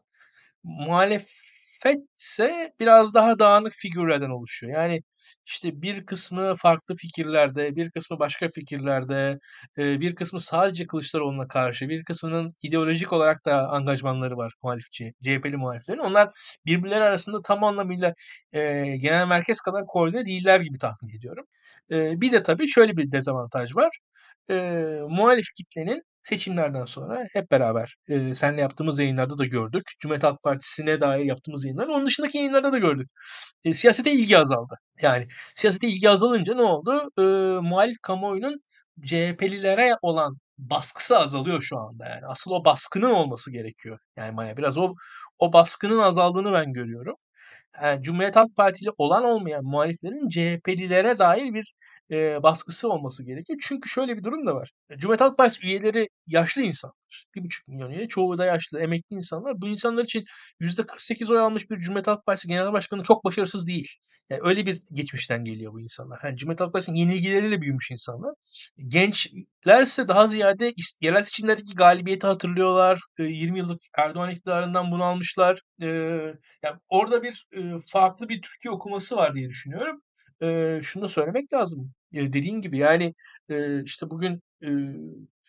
Muhalefetse biraz daha dağınık figürlerden oluşuyor. Yani işte bir kısmı farklı fikirlerde, bir kısmı başka fikirlerde, bir kısmı sadece Kılıçdaroğlu'na karşı, bir kısmının ideolojik olarak da angajmanları var muhalifçi, CHP'li muhaliflerin. Onlar birbirleri arasında tam anlamıyla genel merkez kadar koordine değiller gibi tahmin ediyorum. Bir de tabii şöyle bir dezavantaj var. Muhalif kitlenin seçimlerden sonra hep beraber seninle yaptığımız yayınlarda da gördük. Cumhuriyet Halk Partisi'ne dair yaptığımız yayınlar, onun dışındaki yayınlarda da gördük. Siyasete ilgi azaldı. Yani siyasete ilgi azalınca ne oldu? Muhalif kamuoyunun CHP'lilere olan baskısı azalıyor şu anda. Yani asıl o baskının olması gerekiyor. Yani Maya biraz o baskının azaldığını ben görüyorum. Cumhuriyet Halk Partili olan olmayan muhaliflerin CHP'lilere dair bir baskısı olması gerekiyor. Çünkü şöyle bir durum da var. Cumhuriyet Halk Partisi üyeleri yaşlı insanlar. 1,5 milyon üye. Çoğu da yaşlı, emekli insanlar. Bu insanlar için %48 oy almış bir Cumhuriyet Halk Partisi Genel Başkanı çok başarısız değil. Yani öyle bir geçmişten geliyor bu insanlar. Yani Cumhuriyet Halk Partisi'nin yenilgileriyle büyümüş insanlar. Gençlerse daha ziyade yerel seçimlerdeki galibiyeti hatırlıyorlar. 20 yıllık Erdoğan iktidarından bunu almışlar. Yani orada bir farklı bir Türkiye okuması var diye düşünüyorum. Şunu da söylemek lazım. Dediğin gibi yani işte bugün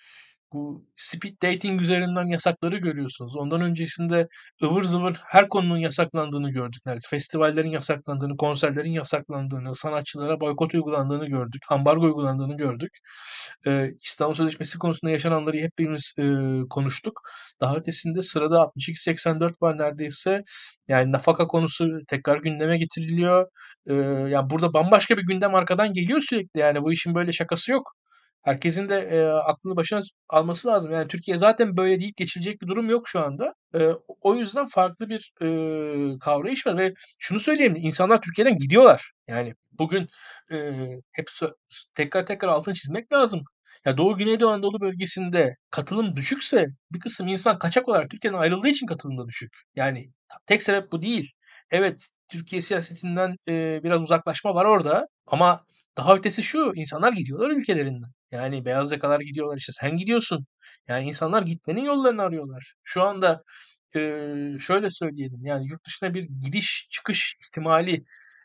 Bu speed dating üzerinden yasakları görüyorsunuz. Ondan öncesinde ıvır zıvır her konunun yasaklandığını gördük neredeyse. Festivallerin yasaklandığını, konserlerin yasaklandığını, sanatçılara boykot uygulandığını gördük, ambargo uygulandığını gördük. İstanbul Sözleşmesi konusunda yaşananları hepimiz konuştuk. Daha ötesinde sırada 62-84 var neredeyse. Yani nafaka konusu tekrar gündeme getiriliyor. Yani burada bambaşka bir gündem arkadan geliyor sürekli. Yani bu işin böyle şakası yok. Herkesin de aklını başına alması lazım. Yani Türkiye zaten böyle deyip geçilecek bir durum yok şu anda. O yüzden farklı bir kavrayış var ve şunu söyleyeyim, insanlar Türkiye'den gidiyorlar. Yani bugün hep tekrar tekrar altını çizmek lazım. Ya Doğu Güneydoğu Anadolu bölgesinde katılım düşükse bir kısım insan kaçak olarak Türkiye'den ayrıldığı için katılım da düşük. Yani tek sebep bu değil. Evet, Türkiye siyasetinden biraz uzaklaşma var orada ama daha ötesi şu, insanlar gidiyorlar ülkelerinden. Yani beyaz yakalar gidiyorlar, işte sen gidiyorsun. Yani insanlar gitmenin yollarını arıyorlar. Şu anda şöyle söyleyelim, yani yurt dışına bir gidiş çıkış ihtimali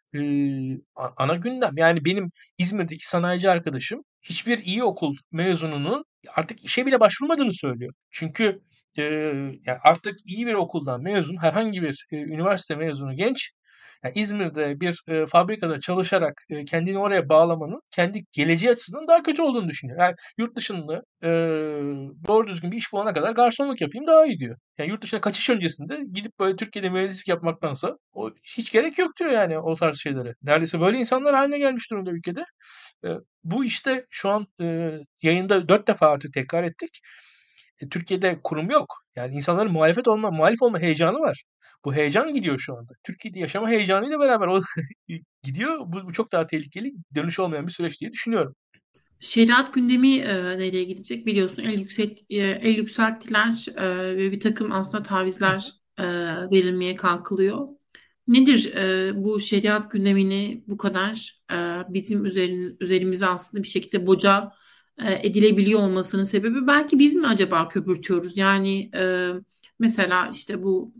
ana gündem. Yani benim İzmir'deki sanayici arkadaşım hiçbir iyi okul mezununun artık işe bile başvurmadığını söylüyor. Çünkü yani artık iyi bir okuldan mezun herhangi bir üniversite mezunu genç, yani İzmir'de bir fabrikada çalışarak kendini oraya bağlamanın kendi geleceği açısından daha kötü olduğunu düşünüyor. Yani yurt dışında doğru düzgün bir iş bulana kadar garsonluk yapayım daha iyi diyor. Yani yurt dışına kaçış öncesinde gidip böyle Türkiye'de mühendislik yapmaktansa o hiç gerek yok diyor yani o tarz şeylere. Neredeyse böyle insanlar haline gelmiş durumda ülkede. Bu işte şu an yayında 4 defa artık tekrar ettik. Türkiye'de kurum yok. Yani insanların muhalif olma heyecanı var. Bu heyecan gidiyor şu anda. Türkiye'de yaşama heyecanıyla beraber o gidiyor. Bu çok daha tehlikeli, dönüş olmayan bir süreç diye düşünüyorum. Şeriat gündemi nereye gidecek biliyorsun el yükselttiler ve bir takım aslında Hı tavizler verilmeye kalkılıyor. Nedir bu şeriat gündemini bu kadar bizim üzerimize aslında bir şekilde boca edilebiliyor olmasının sebebi belki biz mi acaba köpürtüyoruz? Yani mesela işte bu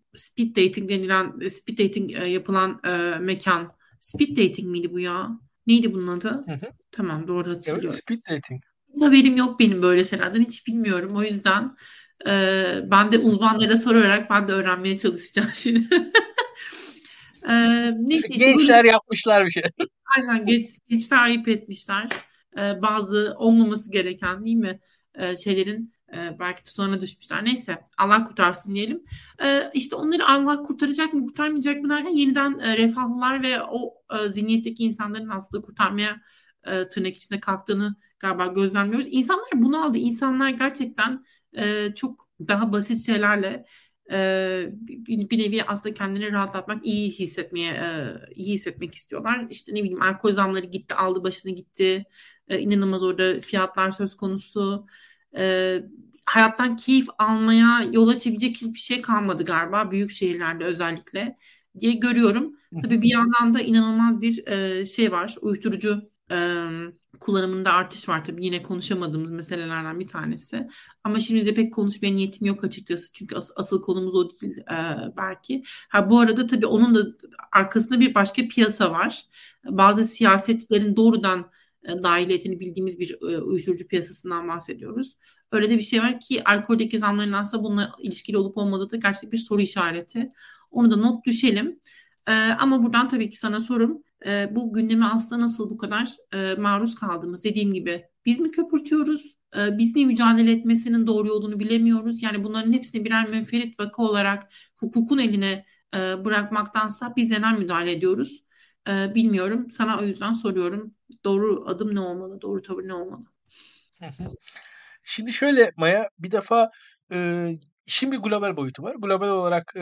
speed dating yapılan mekan speed dating miydi bu ya? Neydi bunun adı? hı. Hı. Tamam doğru Evet, hatırlıyorum. speed dating. Hiç haberim yok benim böyle şeylerden hiç bilmiyorum. O yüzden ben de uzmanlara sorarak ben de öğrenmeye çalışacağım şimdi. Neyse işte böyle Gençler yapmışlar bir şey. aynen gençler ayıp etmişler. Bazı olmaması gereken değil mi şeylerin belki tuzağına düşmüşler. Neyse Allah kurtarsın diyelim. İşte onları Allah kurtaracak mı kurtarmayacak mı derken yeniden refahlılar ve o zihniyetteki insanların aslında kurtarmaya tırnak içinde kalktığını galiba gözlemliyoruz. İnsanlar bunu aldı. İnsanlar gerçekten çok daha basit şeylerle bir nevi aslında kendini rahatlatmak, iyi hissetmek istiyorlar. İşte ne bileyim alkol zamları gitti, aldı başını gitti. İnanılmaz orada fiyatlar söz konusu. E, Hayattan keyif almaya yol açabilecek hiçbir şey kalmadı galiba büyük şehirlerde özellikle diye görüyorum. Hı Tabii hı. bir yandan da inanılmaz bir şey var. Uyuşturucu kullanımında artış var tabii yine konuşamadığımız meselelerden bir tanesi. Ama şimdi de pek konuşmaya niyetim yok açıkçası. Çünkü asıl konumuz o değil belki. Ha, bu arada tabii onun da arkasında bir başka piyasa var. Bazı siyasetçilerin doğrudan dahil ettiğini bildiğimiz bir uyuşturucu piyasasından bahsediyoruz. Öyle de bir şey var ki alkoldeki zamların aslında bununla ilişkili olup olmadığı da gerçekten bir soru işareti. Onu da not düşelim. Ama buradan tabii ki sana sorum bu gündeme aslında nasıl bu kadar maruz kaldığımız dediğim gibi biz mi köpürtüyoruz? Biz mi mücadele etmesinin doğru yolunu bilemiyoruz? Yani bunların hepsini birer münferit vaka olarak hukukun eline bırakmaktansa biz neden müdahale ediyoruz? Bilmiyorum. Sana o yüzden soruyorum. Doğru adım ne olmalı? Doğru tavır ne olmalı? Hı hı. Şimdi şöyle Maya, bir defa işin bir global boyutu var. Global olarak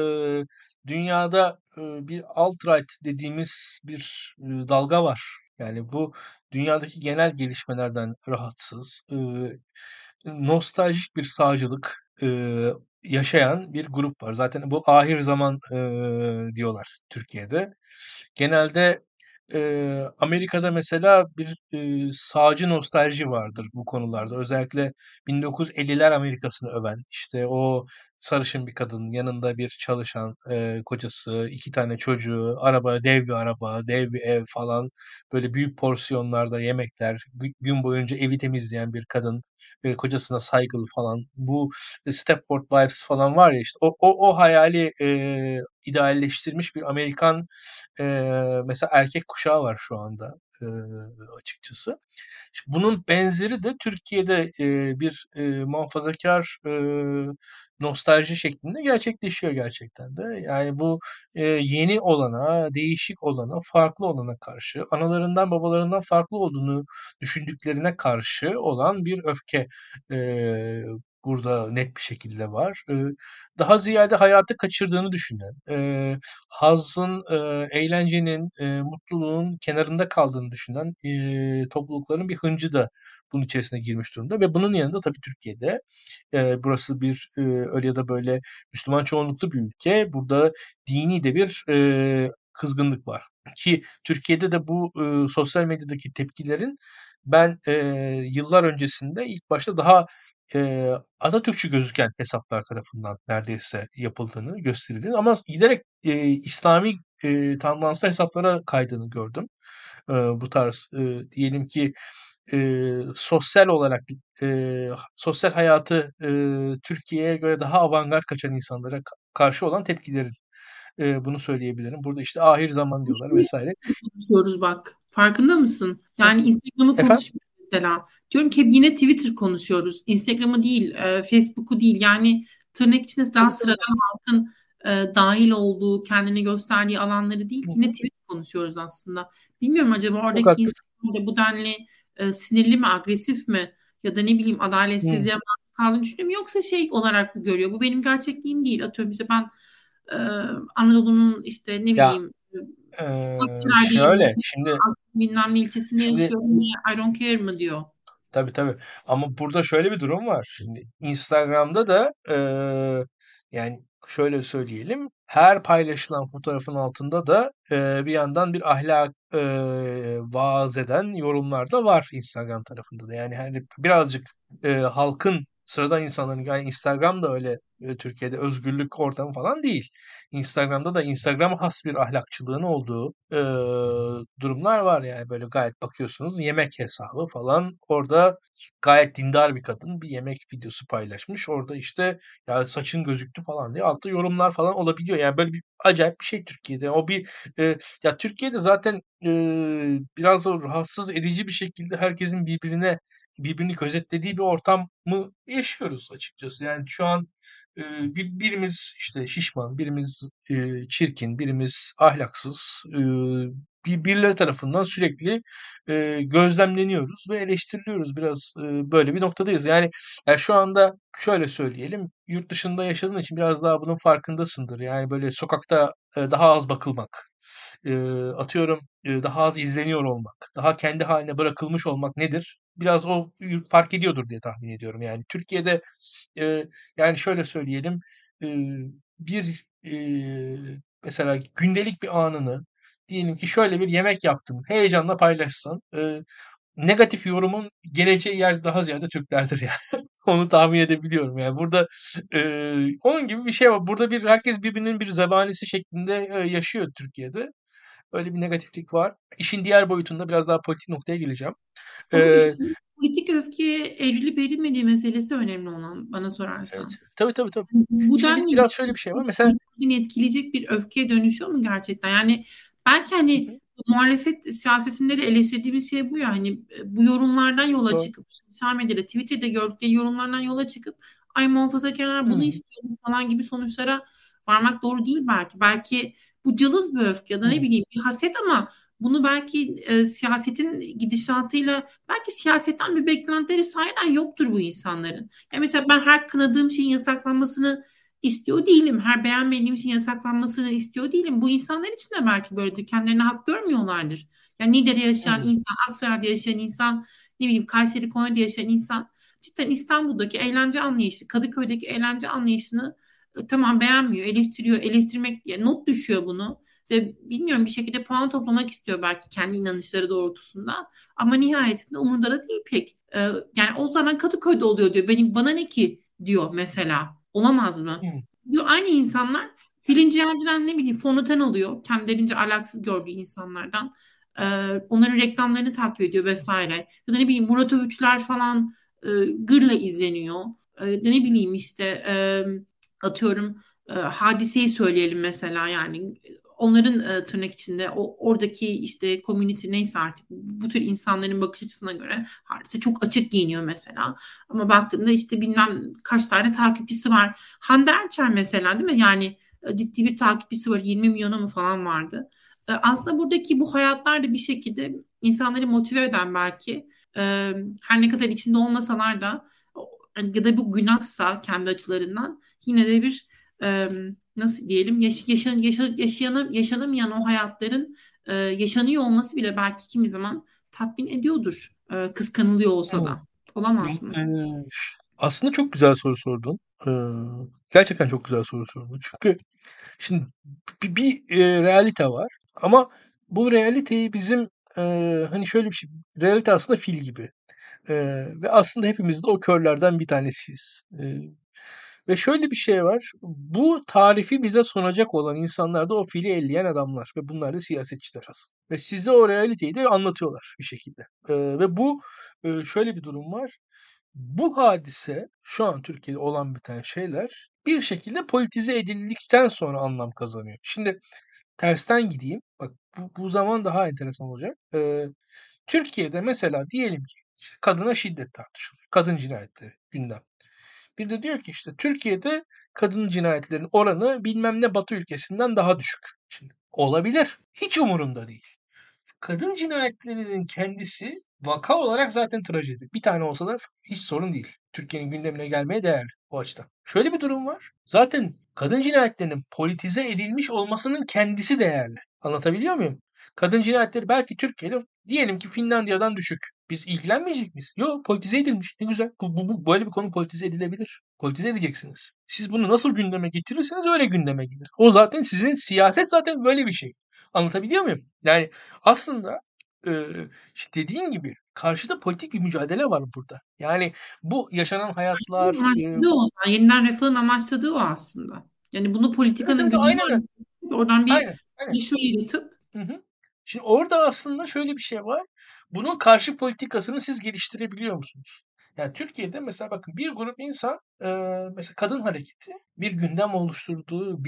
dünyada bir alt-right dediğimiz bir dalga var. Yani bu dünyadaki genel gelişmelerden rahatsız, nostaljik bir sağcılık yaşayan bir grup var. Zaten bu ahir zaman diyorlar Türkiye'de. Genelde Amerika'da mesela bir sağcı nostalji vardır bu konularda. Özellikle 1950'ler Amerika'sını öven, işte o sarışın bir kadın, yanında bir çalışan kocası, iki tane çocuğu, araba, dev bir araba, dev bir ev falan, böyle büyük porsiyonlarda yemekler, gün boyunca evi temizleyen bir kadın. kocasına saygılı falan. Bu Stepford Wives falan var ya, işte o hayali idealleştirmiş bir Amerikan mesela erkek kuşağı var şu anda açıkçası. Bunun benzeri de Türkiye'de bir muhafazakar nostalji şeklinde gerçekleşiyor gerçekten de. Yani bu yeni olana, değişik olana, farklı olana karşı, analarından babalarından farklı olduğunu düşündüklerine karşı olan bir öfke e, burada net bir şekilde var. Daha ziyade hayatı kaçırdığını düşünen, hazzın, eğlencenin, mutluluğun kenarında kaldığını düşünen toplulukların bir hıncı da bunun içerisine girmiş durumda ve bunun yanında tabii Türkiye'de burası bir öyle ya da böyle Müslüman çoğunluklu bir ülke. Burada dini de bir kızgınlık var. Ki Türkiye'de de bu sosyal medyadaki tepkilerin ben yıllar öncesinde ilk başta daha Atatürkçü gözüken hesaplar tarafından neredeyse yapıldığını, gösterildiğini ama giderek İslami tandanslı hesaplara kaydığını gördüm. Bu tarz diyelim ki sosyal olarak sosyal hayatı Türkiye'ye göre daha avantgard kaçan insanlara karşı olan tepkilerin bunu söyleyebilirim. Burada işte ahir zaman diyorlar vesaire. Konuşuyoruz bak. Farkında mısın? Yani Ef- Instagram'ı Efendim? konuşmuyoruz mesela. Diyorum ki yine Twitter konuşuyoruz. Instagram'ı değil, Facebook'u değil. Yani tırnak içinde daha Tabii tabii. sıradan halkın dahil olduğu, kendini gösterdiği alanları değil. Hı Yine hı. Twitter konuşuyoruz aslında. Bilmiyorum acaba Çok oradaki haklısın. insanlar da bu denli sinirli mi, agresif mi ya da ne bileyim Hı. adaletsizliğe maruz kaldığını düşünüyor mu? Yoksa şey olarak mı görüyor? Bu benim gerçekliğim değil. Atıyorum işte ben e, Anadolu'nun işte ne Ya bileyim Aksaray'dayım şöyle mesela. şimdi Bilmem ne ilçesinde şimdi yaşıyorum. I don't care mı diyor. tabii tabii. Ama burada şöyle bir durum var. Şimdi Instagram'da da yani şöyle söyleyelim. Her paylaşılan fotoğrafın altında da bir yandan bir ahlak vaaz eden yorumlar da var Instagram tarafında da. Yani hani birazcık halkın sıradan insanların yani Instagram da öyle Türkiye'de özgürlük ortamı falan değil. Instagram'da da Instagram'a has bir ahlakçılığın olduğu durumlar var yani böyle gayet bakıyorsunuz yemek hesabı falan orada gayet dindar bir kadın bir yemek videosu paylaşmış. Orada işte ya saçın gözüktü falan diye altta yorumlar falan olabiliyor. Yani böyle bir acayip bir şey Türkiye'de. O bir ya Türkiye'de zaten biraz o rahatsız edici bir şekilde herkesin birbirini gözetlediği bir ortamı yaşıyoruz açıkçası. Yani şu an birimiz işte şişman, birimiz çirkin, birimiz ahlaksız, birileri tarafından sürekli gözlemleniyoruz ve eleştiriliyoruz. Biraz böyle bir noktadayız. Yani şu anda şöyle söyleyelim, yurt dışında yaşadığın için biraz daha bunun farkındasındır. Yani böyle sokakta daha az bakılmak, atıyorum daha az izleniyor olmak, daha kendi haline bırakılmış olmak nedir? Biraz o fark ediyordur diye tahmin ediyorum. Yani Türkiye'de yani şöyle söyleyelim, bir mesela gündelik bir anını diyelim ki şöyle bir yemek yaptım, heyecanla paylaşsan, negatif yorumun geleceği yer daha ziyade Türklerdir yani. Onu tahmin edebiliyorum. Yani burada onun gibi bir şey var. Burada herkes birbirinin bir zebanisi şeklinde yaşıyor Türkiye'de. Öyle bir negatiflik var. İşin diğer boyutunda biraz daha politik noktaya geleceğim. Ama işte Eee, politik öfkeye evrilip verilmediği meselesi önemli olan bana evet. sorarsan. Tabii tabii tabii. Bu Şimdi denli biraz şöyle bir şey var. Mesela etkileyecek bir öfkeye dönüşüyor mu gerçekten? Yani belki hı hani hı, muhalefet siyasetinde de eleştirdiğimiz şey bu ya hani bu yorumlardan yola doğru. çıkıp sosyal medyada Twitter'da gördükleri yorumlardan yola çıkıp ay muhafazakarlar Hı bunu hı, istiyor falan gibi sonuçlara varmak doğru değil belki. Belki bu cılız bir öfke ya da ne hı bileyim bir haset ama bunu belki siyasetin gidişatıyla belki siyasetten bir beklentileri sahiden yoktur bu insanların. Ya mesela ben her kınadığım şeyin yasaklanmasını istiyor değilim. Her beğenmediğim şeyin yasaklanmasını istiyor değilim. Bu insanlar için de belki böyledir. Kendilerine hak görmüyorlardır. Yani Niğde'de yaşayan hı, insan, Aksaray'da yaşayan insan, ne bileyim Kayseri, Konya'da yaşayan insan cidden İstanbul'daki eğlence anlayışı, Kadıköy'deki eğlence anlayışını tamam beğenmiyor, eleştiriyor, eleştirmek yani not düşüyor bunu. Ve bilmiyorum bir şekilde puan toplamak istiyor belki kendi inanışları doğrultusunda. Ama nihayetinde umurunda da değil pek. Yani o zaman Kadıköy'de oluyor diyor. Bana ne ki diyor mesela. Olamaz hı mı? hı, Diyor aynı insanlar Filinci ne bileyim fondöten alıyor. Kendilerince alaksız gördüğü insanlardan. Onların reklamlarını takip ediyor vesaire. Ya da ne bileyim Murat Övüçler falan gırla izleniyor. Ne bileyim işte atıyorum hadiseyi söyleyelim mesela yani onların tırnak içinde oradaki işte community neyse artık bu tür insanların bakış açısına göre hadise çok açık giyiniyor mesela. Ama baktığında işte bilmem kaç tane takipçisi var. Hande Erçel mesela değil mi? Yani ciddi bir takipçisi var. 20 milyona mı falan vardı. Aslında buradaki bu hayatlar da bir şekilde insanları motive eden belki her ne kadar içinde olmasalar da ya da bu günahsa kendi açılarından yine de bir e, nasıl diyelim yaşanamayan o hayatların yaşanıyor olması bile belki kimi zaman tatmin ediyordur. Kıskanılıyor olsa Evet. da. Olamaz Yum- mı? eee, Aslında çok güzel soru sordun. Gerçekten çok güzel soru sordun. Çünkü şimdi bir realite var ama bu realiteyi bizim hani şöyle bir şey, realite aslında fil gibi. Ve aslında hepimiz de o körlerden bir tanesiyiz. Ve şöyle bir şey var. Bu tarifi bize sunacak olan insanlar da o fili elleyen adamlar. Ve bunlar da siyasetçiler aslında. Ve size o realiteyi de anlatıyorlar bir şekilde. Ve bu şöyle bir durum var. Bu hadise şu an Türkiye'de olan biten şeyler bir şekilde politize edildikten sonra anlam kazanıyor. Şimdi tersten gideyim. Bak bu zaman daha enteresan olacak. Türkiye'de mesela diyelim ki işte kadına şiddet tartışılıyor. Kadın cinayetleri gündem. Bir de diyor ki işte Türkiye'de kadın cinayetlerinin oranı bilmem ne Batı ülkesinden daha düşük. Şimdi olabilir. Hiç umurumda değil. Kadın cinayetlerinin kendisi vaka olarak zaten trajedi. Bir tane olsa da hiç sorun değil. Türkiye'nin gündemine gelmeye değer o açıdan. Şöyle bir durum var. Zaten kadın cinayetlerinin politize edilmiş olmasının kendisi değerli. Anlatabiliyor muyum? Kadın cinayetleri belki Türkiye'de diyelim ki Finlandiya'dan düşük. Biz ilgilenmeyecek miyiz? Yok, politize edilmiş. Ne güzel. Böyle bir konu politize edilebilir. Politize edeceksiniz. Siz bunu nasıl gündeme getirirseniz öyle gündeme gelir. O zaten sizin siyaset zaten böyle bir şey. Anlatabiliyor muyum? Yani aslında işte dediğin gibi karşıda politik bir mücadele var burada. Yani bu yaşanan hayatlar Amaçladığı o. Yeniden refahın amaçladığı o aslında. Yani bunu evet politikanın evet gündeme aynen öyle. alması, oradan bir Aynen. Aynen. gelişme yaratıp Hı hı. Şimdi orada aslında şöyle bir şey var. Bunun karşı politikasını siz geliştirebiliyor musunuz? Yani Türkiye'de mesela bakın bir grup insan mesela kadın hareketi bir gündem oluşturduğu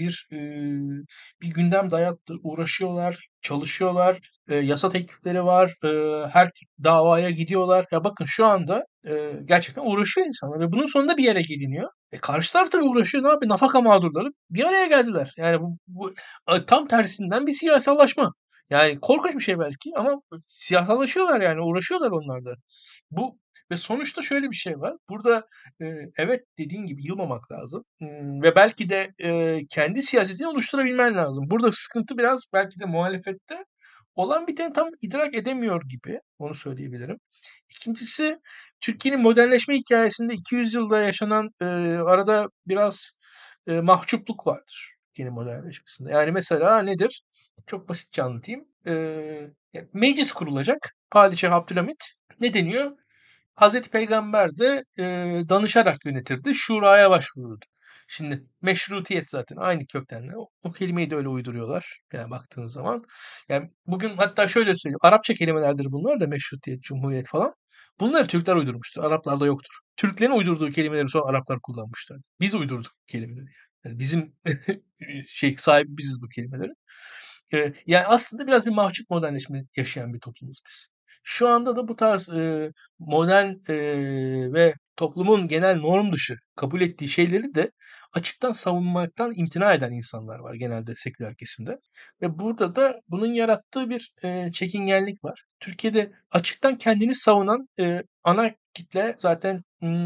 bir gündem dayattı. Uğraşıyorlar, çalışıyorlar, yasa teklifleri var, her davaya gidiyorlar. Ya bakın şu anda gerçekten uğraşıyor insanlar ve bunun sonunda bir yere geliniyor. Karşı taraf tabii uğraşıyor. Ne yapıyor? Nafaka mağdurları bir araya geldiler. Yani bu tam tersinden bir siyasallaşma. Yani korkunç bir şey belki ama siyasallaşıyorlar yani uğraşıyorlar onlar da. Bu ve sonuçta şöyle bir şey var. Burada evet dediğin gibi yılmamak lazım. Ve belki de kendi siyasetini oluşturabilmen lazım. Burada sıkıntı biraz belki de muhalefette olan biteni tam idrak edemiyor gibi. Onu söyleyebilirim. İkincisi Türkiye'nin modernleşme hikayesinde 200 yılda yaşanan arada biraz mahcupluk vardır. Türkiye'nin modernleşmesinde. Yani mesela nedir? Çok basitçe anlatayım. Meclis kurulacak. Padişah Abdülhamit ne deniyor? Hazreti Peygamber de danışarak yönetirdi. Şuraya başvururdu. Şimdi meşrutiyet zaten aynı köktenle. O kelimeyi de öyle uyduruyorlar. Yani baktığınız zaman. Yani bugün hatta şöyle söyleyeyim. Arapça kelimelerdir bunlar da meşrutiyet, cumhuriyet falan. Bunları Türkler uydurmuştur. Araplarda yoktur. Türklerin uydurduğu kelimeleri sonra Araplar kullanmışlar. Biz uydurduk kelimeleri. Yani bizim sahibi biziz bu kelimeleri. Yani aslında biraz bir mahcup modernleşme yaşayan bir toplumuz biz. Şu anda da bu tarz modern ve toplumun genel norm dışı kabul ettiği şeyleri de açıktan savunmaktan imtina eden insanlar var genelde seküler kesimde. Ve burada da bunun yarattığı bir çekingenlik var. Türkiye'de açıktan kendini savunan ana kitle zaten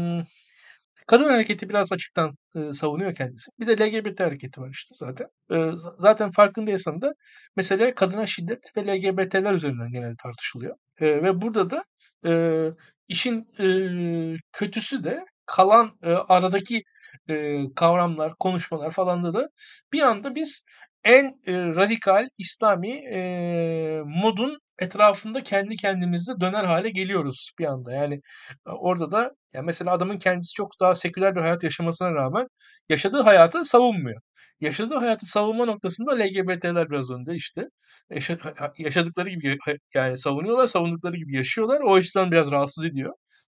kadın hareketi biraz açıktan savunuyor kendisi. Bir de LGBT hareketi var işte zaten. Zaten farkındaysan da mesele kadına şiddet ve LGBT'ler üzerinden genelde tartışılıyor. Ve burada da e, işin kötüsü de kalan aradaki kavramlar, konuşmalar falan da bir anda biz en radikal İslami modun etrafında kendi kendimizde döner hale geliyoruz bir anda. Yani orada da yani mesela adamın kendisi çok daha seküler bir hayat yaşamasına rağmen yaşadığı hayatı savunmuyor. Yaşadığı hayatı savunma noktasında LGBT'ler biraz önde işte. Yaşadıkları gibi yani savunuyorlar, savundukları gibi yaşıyorlar. O açıdan biraz rahatsız ediyor.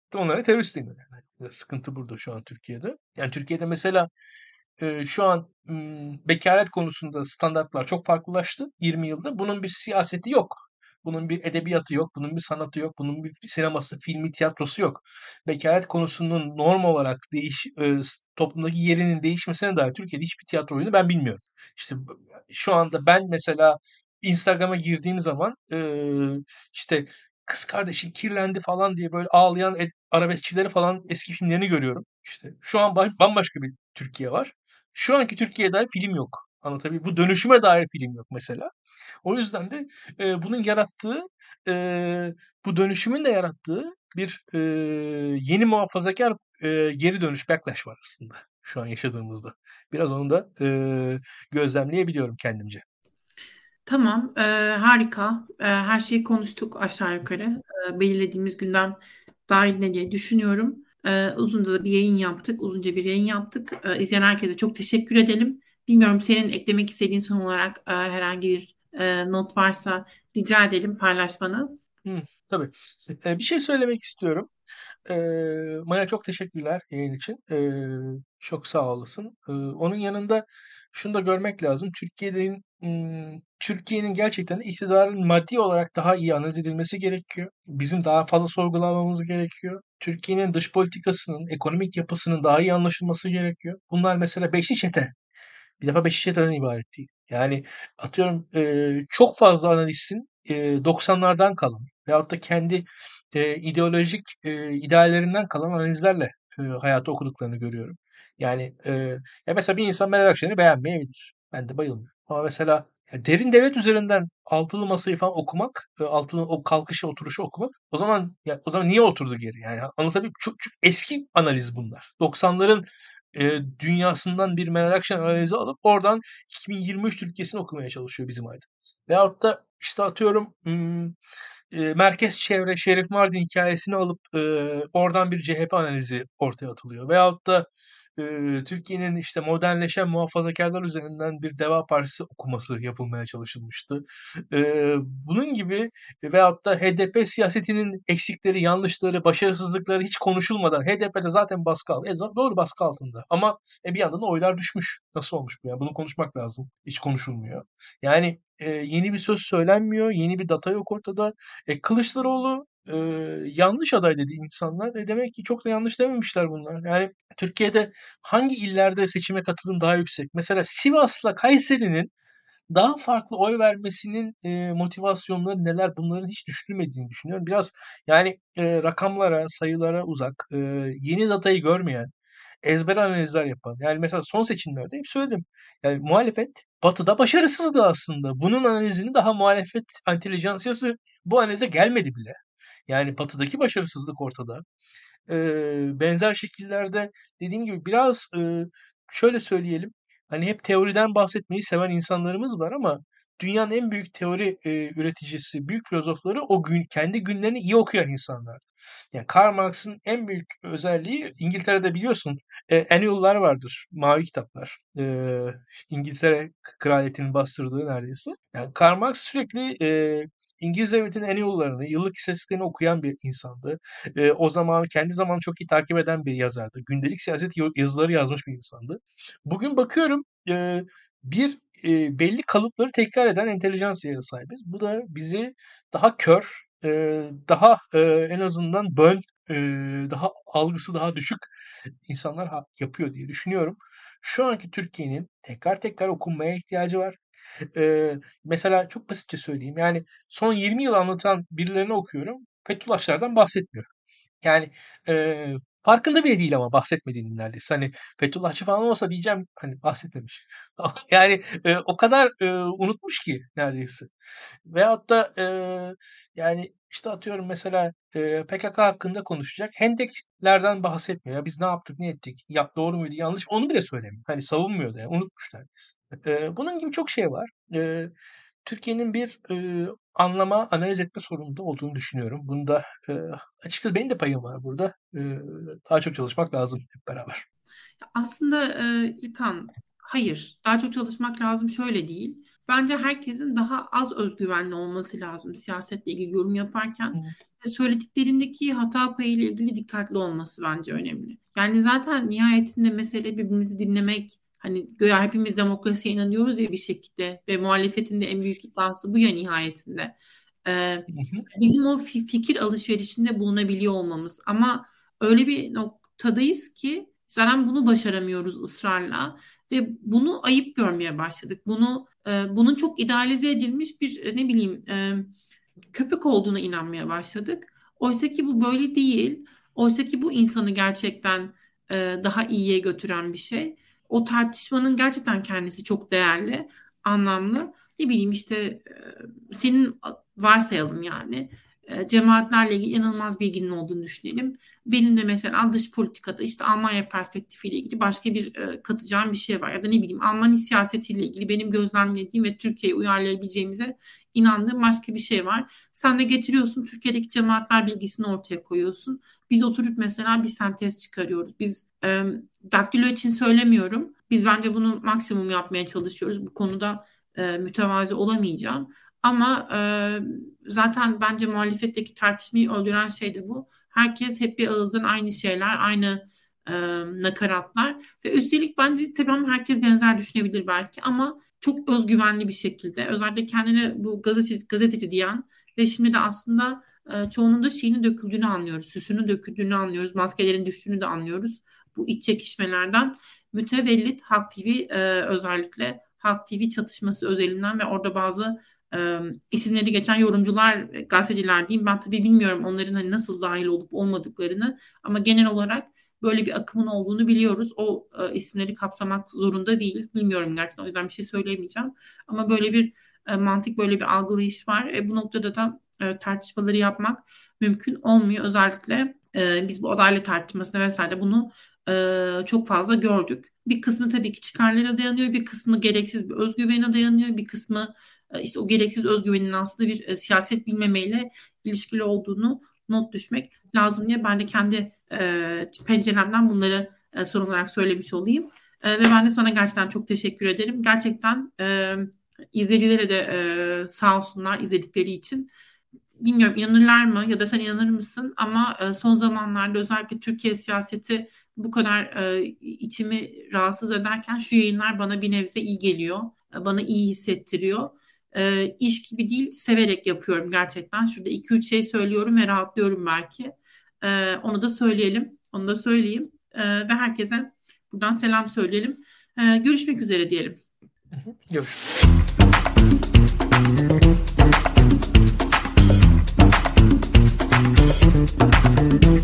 Onlara terörist deniyor yani. Sıkıntı burada şu an Türkiye'de. Yani Türkiye'de mesela şu an bekaret konusunda standartlar çok farklılaştı 20 yılda. Bunun bir siyaseti yok. Bunun bir edebiyatı yok, bunun bir sanatı yok, bunun bir sineması, filmi, tiyatrosu yok. Bekaret konusunun norm olarak toplumdaki yerinin değişmesine dair Türkiye'de hiçbir tiyatro oyunu ben bilmiyorum. İşte şu anda ben mesela Instagram'a girdiğim zaman işte kız kardeşim kirlendi falan diye böyle ağlayan arabeskçileri falan eski filmlerini görüyorum. İşte şu an bambaşka bir Türkiye var. Şu anki Türkiye'de film yok. Anlatabiliyor muyum? Bu dönüşüme dair film yok mesela. O yüzden de bunun yarattığı, eee, bu dönüşümün de yarattığı bir yeni muhafazakar geri dönüş backlash var aslında şu an yaşadığımızda. Biraz onu da gözlemleyebiliyorum kendimce. Tamam, harika. Her şeyi konuştuk aşağı yukarı. Belirlediğimiz gündem dahilinde diye düşünüyorum. Uzunca da bir yayın yaptık. Uzunca bir yayın yaptık. İzleyen herkese çok teşekkür edelim. Bilmiyorum, senin eklemek istediğin son olarak herhangi bir not varsa rica edelim paylaşmanı. Tabii. Bir şey söylemek istiyorum. Maya çok teşekkürler yayın için. Çok sağ olasın. Onun yanında şunu da görmek lazım. Türkiye'nin gerçekten de iktidarın maddi olarak daha iyi analiz edilmesi gerekiyor. Bizim daha fazla sorgulamamız gerekiyor. Türkiye'nin dış politikasının, ekonomik yapısının daha iyi anlaşılması gerekiyor. Bunlar mesela beşli çete. Bir defa beşli çeteden ibaret değil. Yani atıyorum çok fazla analistin 90'lardan kalan veyahut da kendi ideolojik ideallerinden kalan analizlerle hayatı okuduklarını görüyorum. Yani ya mesela bir insan Meral Akşener'i beğenmeyebilir. Ben de bayılmıyorum. Ama mesela ya derin devlet üzerinden altılı masayı falan okumak, altılı o kalkışı, oturuşu okumak o zaman niye oturdu geri? Yani anlatabiliyor muyum? Çok eski analiz bunlar. 90'ların dünyasından bir Meral Akşener analizi alıp oradan 2023 Türkiye'sini okumaya çalışıyor bizim aydın. Veyahut da işte atıyorum merkez çevre Şerif Mardin hikayesini alıp oradan bir CHP analizi ortaya atılıyor. Veyahut da Türkiye'nin işte modernleşen muhafazakarlar üzerinden bir Deva Partisi okuması yapılmaya çalışılmıştı. Bunun gibi veyahut da HDP siyasetinin eksikleri, yanlışları, başarısızlıkları hiç konuşulmadan HDP'de zaten baskı altında. Doğru, baskı altında. Ama bir yandan da oylar düşmüş. Nasıl olmuş bu ya? Bunu konuşmak lazım. Hiç konuşulmuyor. Yani yeni bir söz söylenmiyor. Yeni bir data yok ortada. Kılıçdaroğlu yanlış aday dedi insanlar. Demek ki çok da yanlış dememişler bunlar. Yani Türkiye'de hangi illerde seçime katılım daha yüksek? Mesela Sivas'la Kayseri'nin daha farklı oy vermesinin motivasyonları neler, bunların hiç düşünülmediğini düşünüyorum. Biraz yani rakamlara, sayılara uzak, yeni datayı görmeyen, ezber analizler yapan. Yani mesela son seçimlerde hep söyledim. Yani muhalefet Batı'da başarısızdı aslında. Bunun analizini daha muhalefet entelijansiyası bu analize gelmedi bile. Yani Batı'daki başarısızlık ortada. Benzer şekillerde dediğim gibi biraz şöyle söyleyelim. Hani hep teoriden bahsetmeyi seven insanlarımız var ama dünyanın en büyük teori üreticisi, büyük filozofları o gün kendi günlerini iyi okuyan insanlar. Yani Karl Marx'ın en büyük özelliği İngiltere'de biliyorsun annual'lar vardır, mavi kitaplar. İngiltere kraliyetinin bastırdığı neredeyse. Yani Karl Marx sürekli İngiliz devletinin annual'larını, yıllık istatistiklerini okuyan bir insandı. O zaman kendi zamanı çok iyi takip eden bir yazardı. Gündelik siyaset yazıları yazmış bir insandı. Bugün bakıyorum bir belli kalıpları tekrar eden entelijansiyaya sahibiz. Bu da bizi daha kör, daha en azından daha algısı daha düşük insanlar yapıyor diye düşünüyorum. Şu anki Türkiye'nin tekrar tekrar okunmaya ihtiyacı var. Mesela çok basitçe söyleyeyim. Yani son 20 yıl anlatan birilerini okuyorum. Fethullahçılardan bahsetmiyor. Yani farkında bile değil ama bahsetmediğinin neredeyse. Hani Fethullahçı falan olsa diyeceğim hani bahsetmemiş. Yani o kadar unutmuş ki neredeyse. Veyahut da yani işte atıyorum mesela PKK hakkında konuşacak. Hendeklerden bahsetmiyor. Ya biz ne yaptık, ne ettik? Doğru muydu, yanlış? Onu bile söylemiyor. Hani savunmuyor da. Yani unutmuşlar biz. Bunun gibi çok şey var. Türkiye'nin bir anlama, analiz etme sorununda olduğunu düşünüyorum. Bunda açıkçası benim de payım var burada. Daha çok çalışmak lazım hep beraber. Aslında İlkan, hayır, daha çok çalışmak lazım şöyle değil. bence herkesin daha az özgüvenli olması lazım siyasetle ilgili yorum yaparken. Ve söylediklerindeki hata payıyla ilgili dikkatli olması bence önemli. Yani zaten nihayetinde mesele birbirimizi dinlemek. Hani göya hepimiz demokrasiye inanıyoruz ya bir şekilde ve muhalefetin de en büyük iddiası bu ya nihayetinde. Ee, Bizim o fikir alışverişinde bulunabiliyor olmamız. Ama öyle bir noktadayız ki zaten bunu başaramıyoruz ısrarla ve bunu ayıp görmeye başladık. Bunun çok idealize edilmiş bir ne bileyim köpek olduğuna inanmaya başladık. Oysa ki bu böyle değil. Oysa ki bu insanı gerçekten daha iyiye götüren bir şey. O tartışmanın gerçekten kendisi çok değerli, anlamlı. Ne bileyim işte senin varsayalım yani. Cemaatlerle ilgili inanılmaz bilginin olduğunu düşünelim. Benim de mesela dış politikada işte Almanya perspektifiyle ilgili başka bir katacağım bir şey var. Ya da ne bileyim Almanya siyasetiyle ilgili benim gözlemlediğim ve Türkiye'yi uyarlayabileceğimize inandığım başka bir şey var. Sen de getiriyorsun Türkiye'deki cemaatler bilgisini ortaya koyuyorsun. Biz oturup mesela bir sentez çıkarıyoruz. Biz daktilo için söylemiyorum. Biz bence bunu maksimum yapmaya çalışıyoruz. Bu konuda mütevazi olamayacağım. Ama zaten bence muhalefetteki tartışmayı öldüren şey de bu. Herkes hep bir ağızdan aynı şeyler, aynı nakaratlar ve üstelik bence tamam herkes benzer düşünebilir belki ama çok özgüvenli bir şekilde özellikle kendine bu gazeteci diyen ve şimdi de aslında çoğunun da şeyini döküldüğünü anlıyoruz. Süsünü döküldüğünü anlıyoruz. Maskelerin düştüğünü de anlıyoruz. Bu iç çekişmelerden mütevellit Halk TV özellikle Halk TV çatışması özelinden ve orada bazı isimleri geçen yorumcular, gazeteciler diyeyim. Ben tabii bilmiyorum onların hani nasıl dahil olup olmadıklarını ama genel olarak böyle bir akımın olduğunu biliyoruz. O isimleri kapsamak zorunda değil. Bilmiyorum gerçekten o yüzden bir şey söyleyemeyeceğim. Ama böyle bir mantık, böyle bir algılayış var. Bu noktada da tartışmaları yapmak mümkün olmuyor. Özellikle biz bu adalet tartışmasında vesaire bunu çok fazla gördük. Bir kısmı tabii ki çıkarlara dayanıyor, bir kısmı gereksiz bir özgüvene dayanıyor, bir kısmı işte o gereksiz özgüvenin aslında bir siyaset bilmemeyle ilişkili olduğunu not düşmek lazım diye ben de kendi penceremden bunları son olarak söylemiş olayım. Ve ben de sana gerçekten çok teşekkür ederim. Gerçekten izleyicilere de sağ olsunlar izledikleri için. Bilmiyorum inanırlar mı ya da sen inanır mısın ama son zamanlarda özellikle Türkiye siyaseti bu kadar içimi rahatsız ederken şu yayınlar bana bir nebze iyi geliyor. Bana iyi hissettiriyor. İş gibi değil severek yapıyorum gerçekten. Şurada 2-3 şey söylüyorum ve rahatlıyorum belki. Onu da söyleyelim. Onu da söyleyeyim. Ve herkese buradan selam söyleyelim. Görüşmek üzere diyelim. Görüşürüz.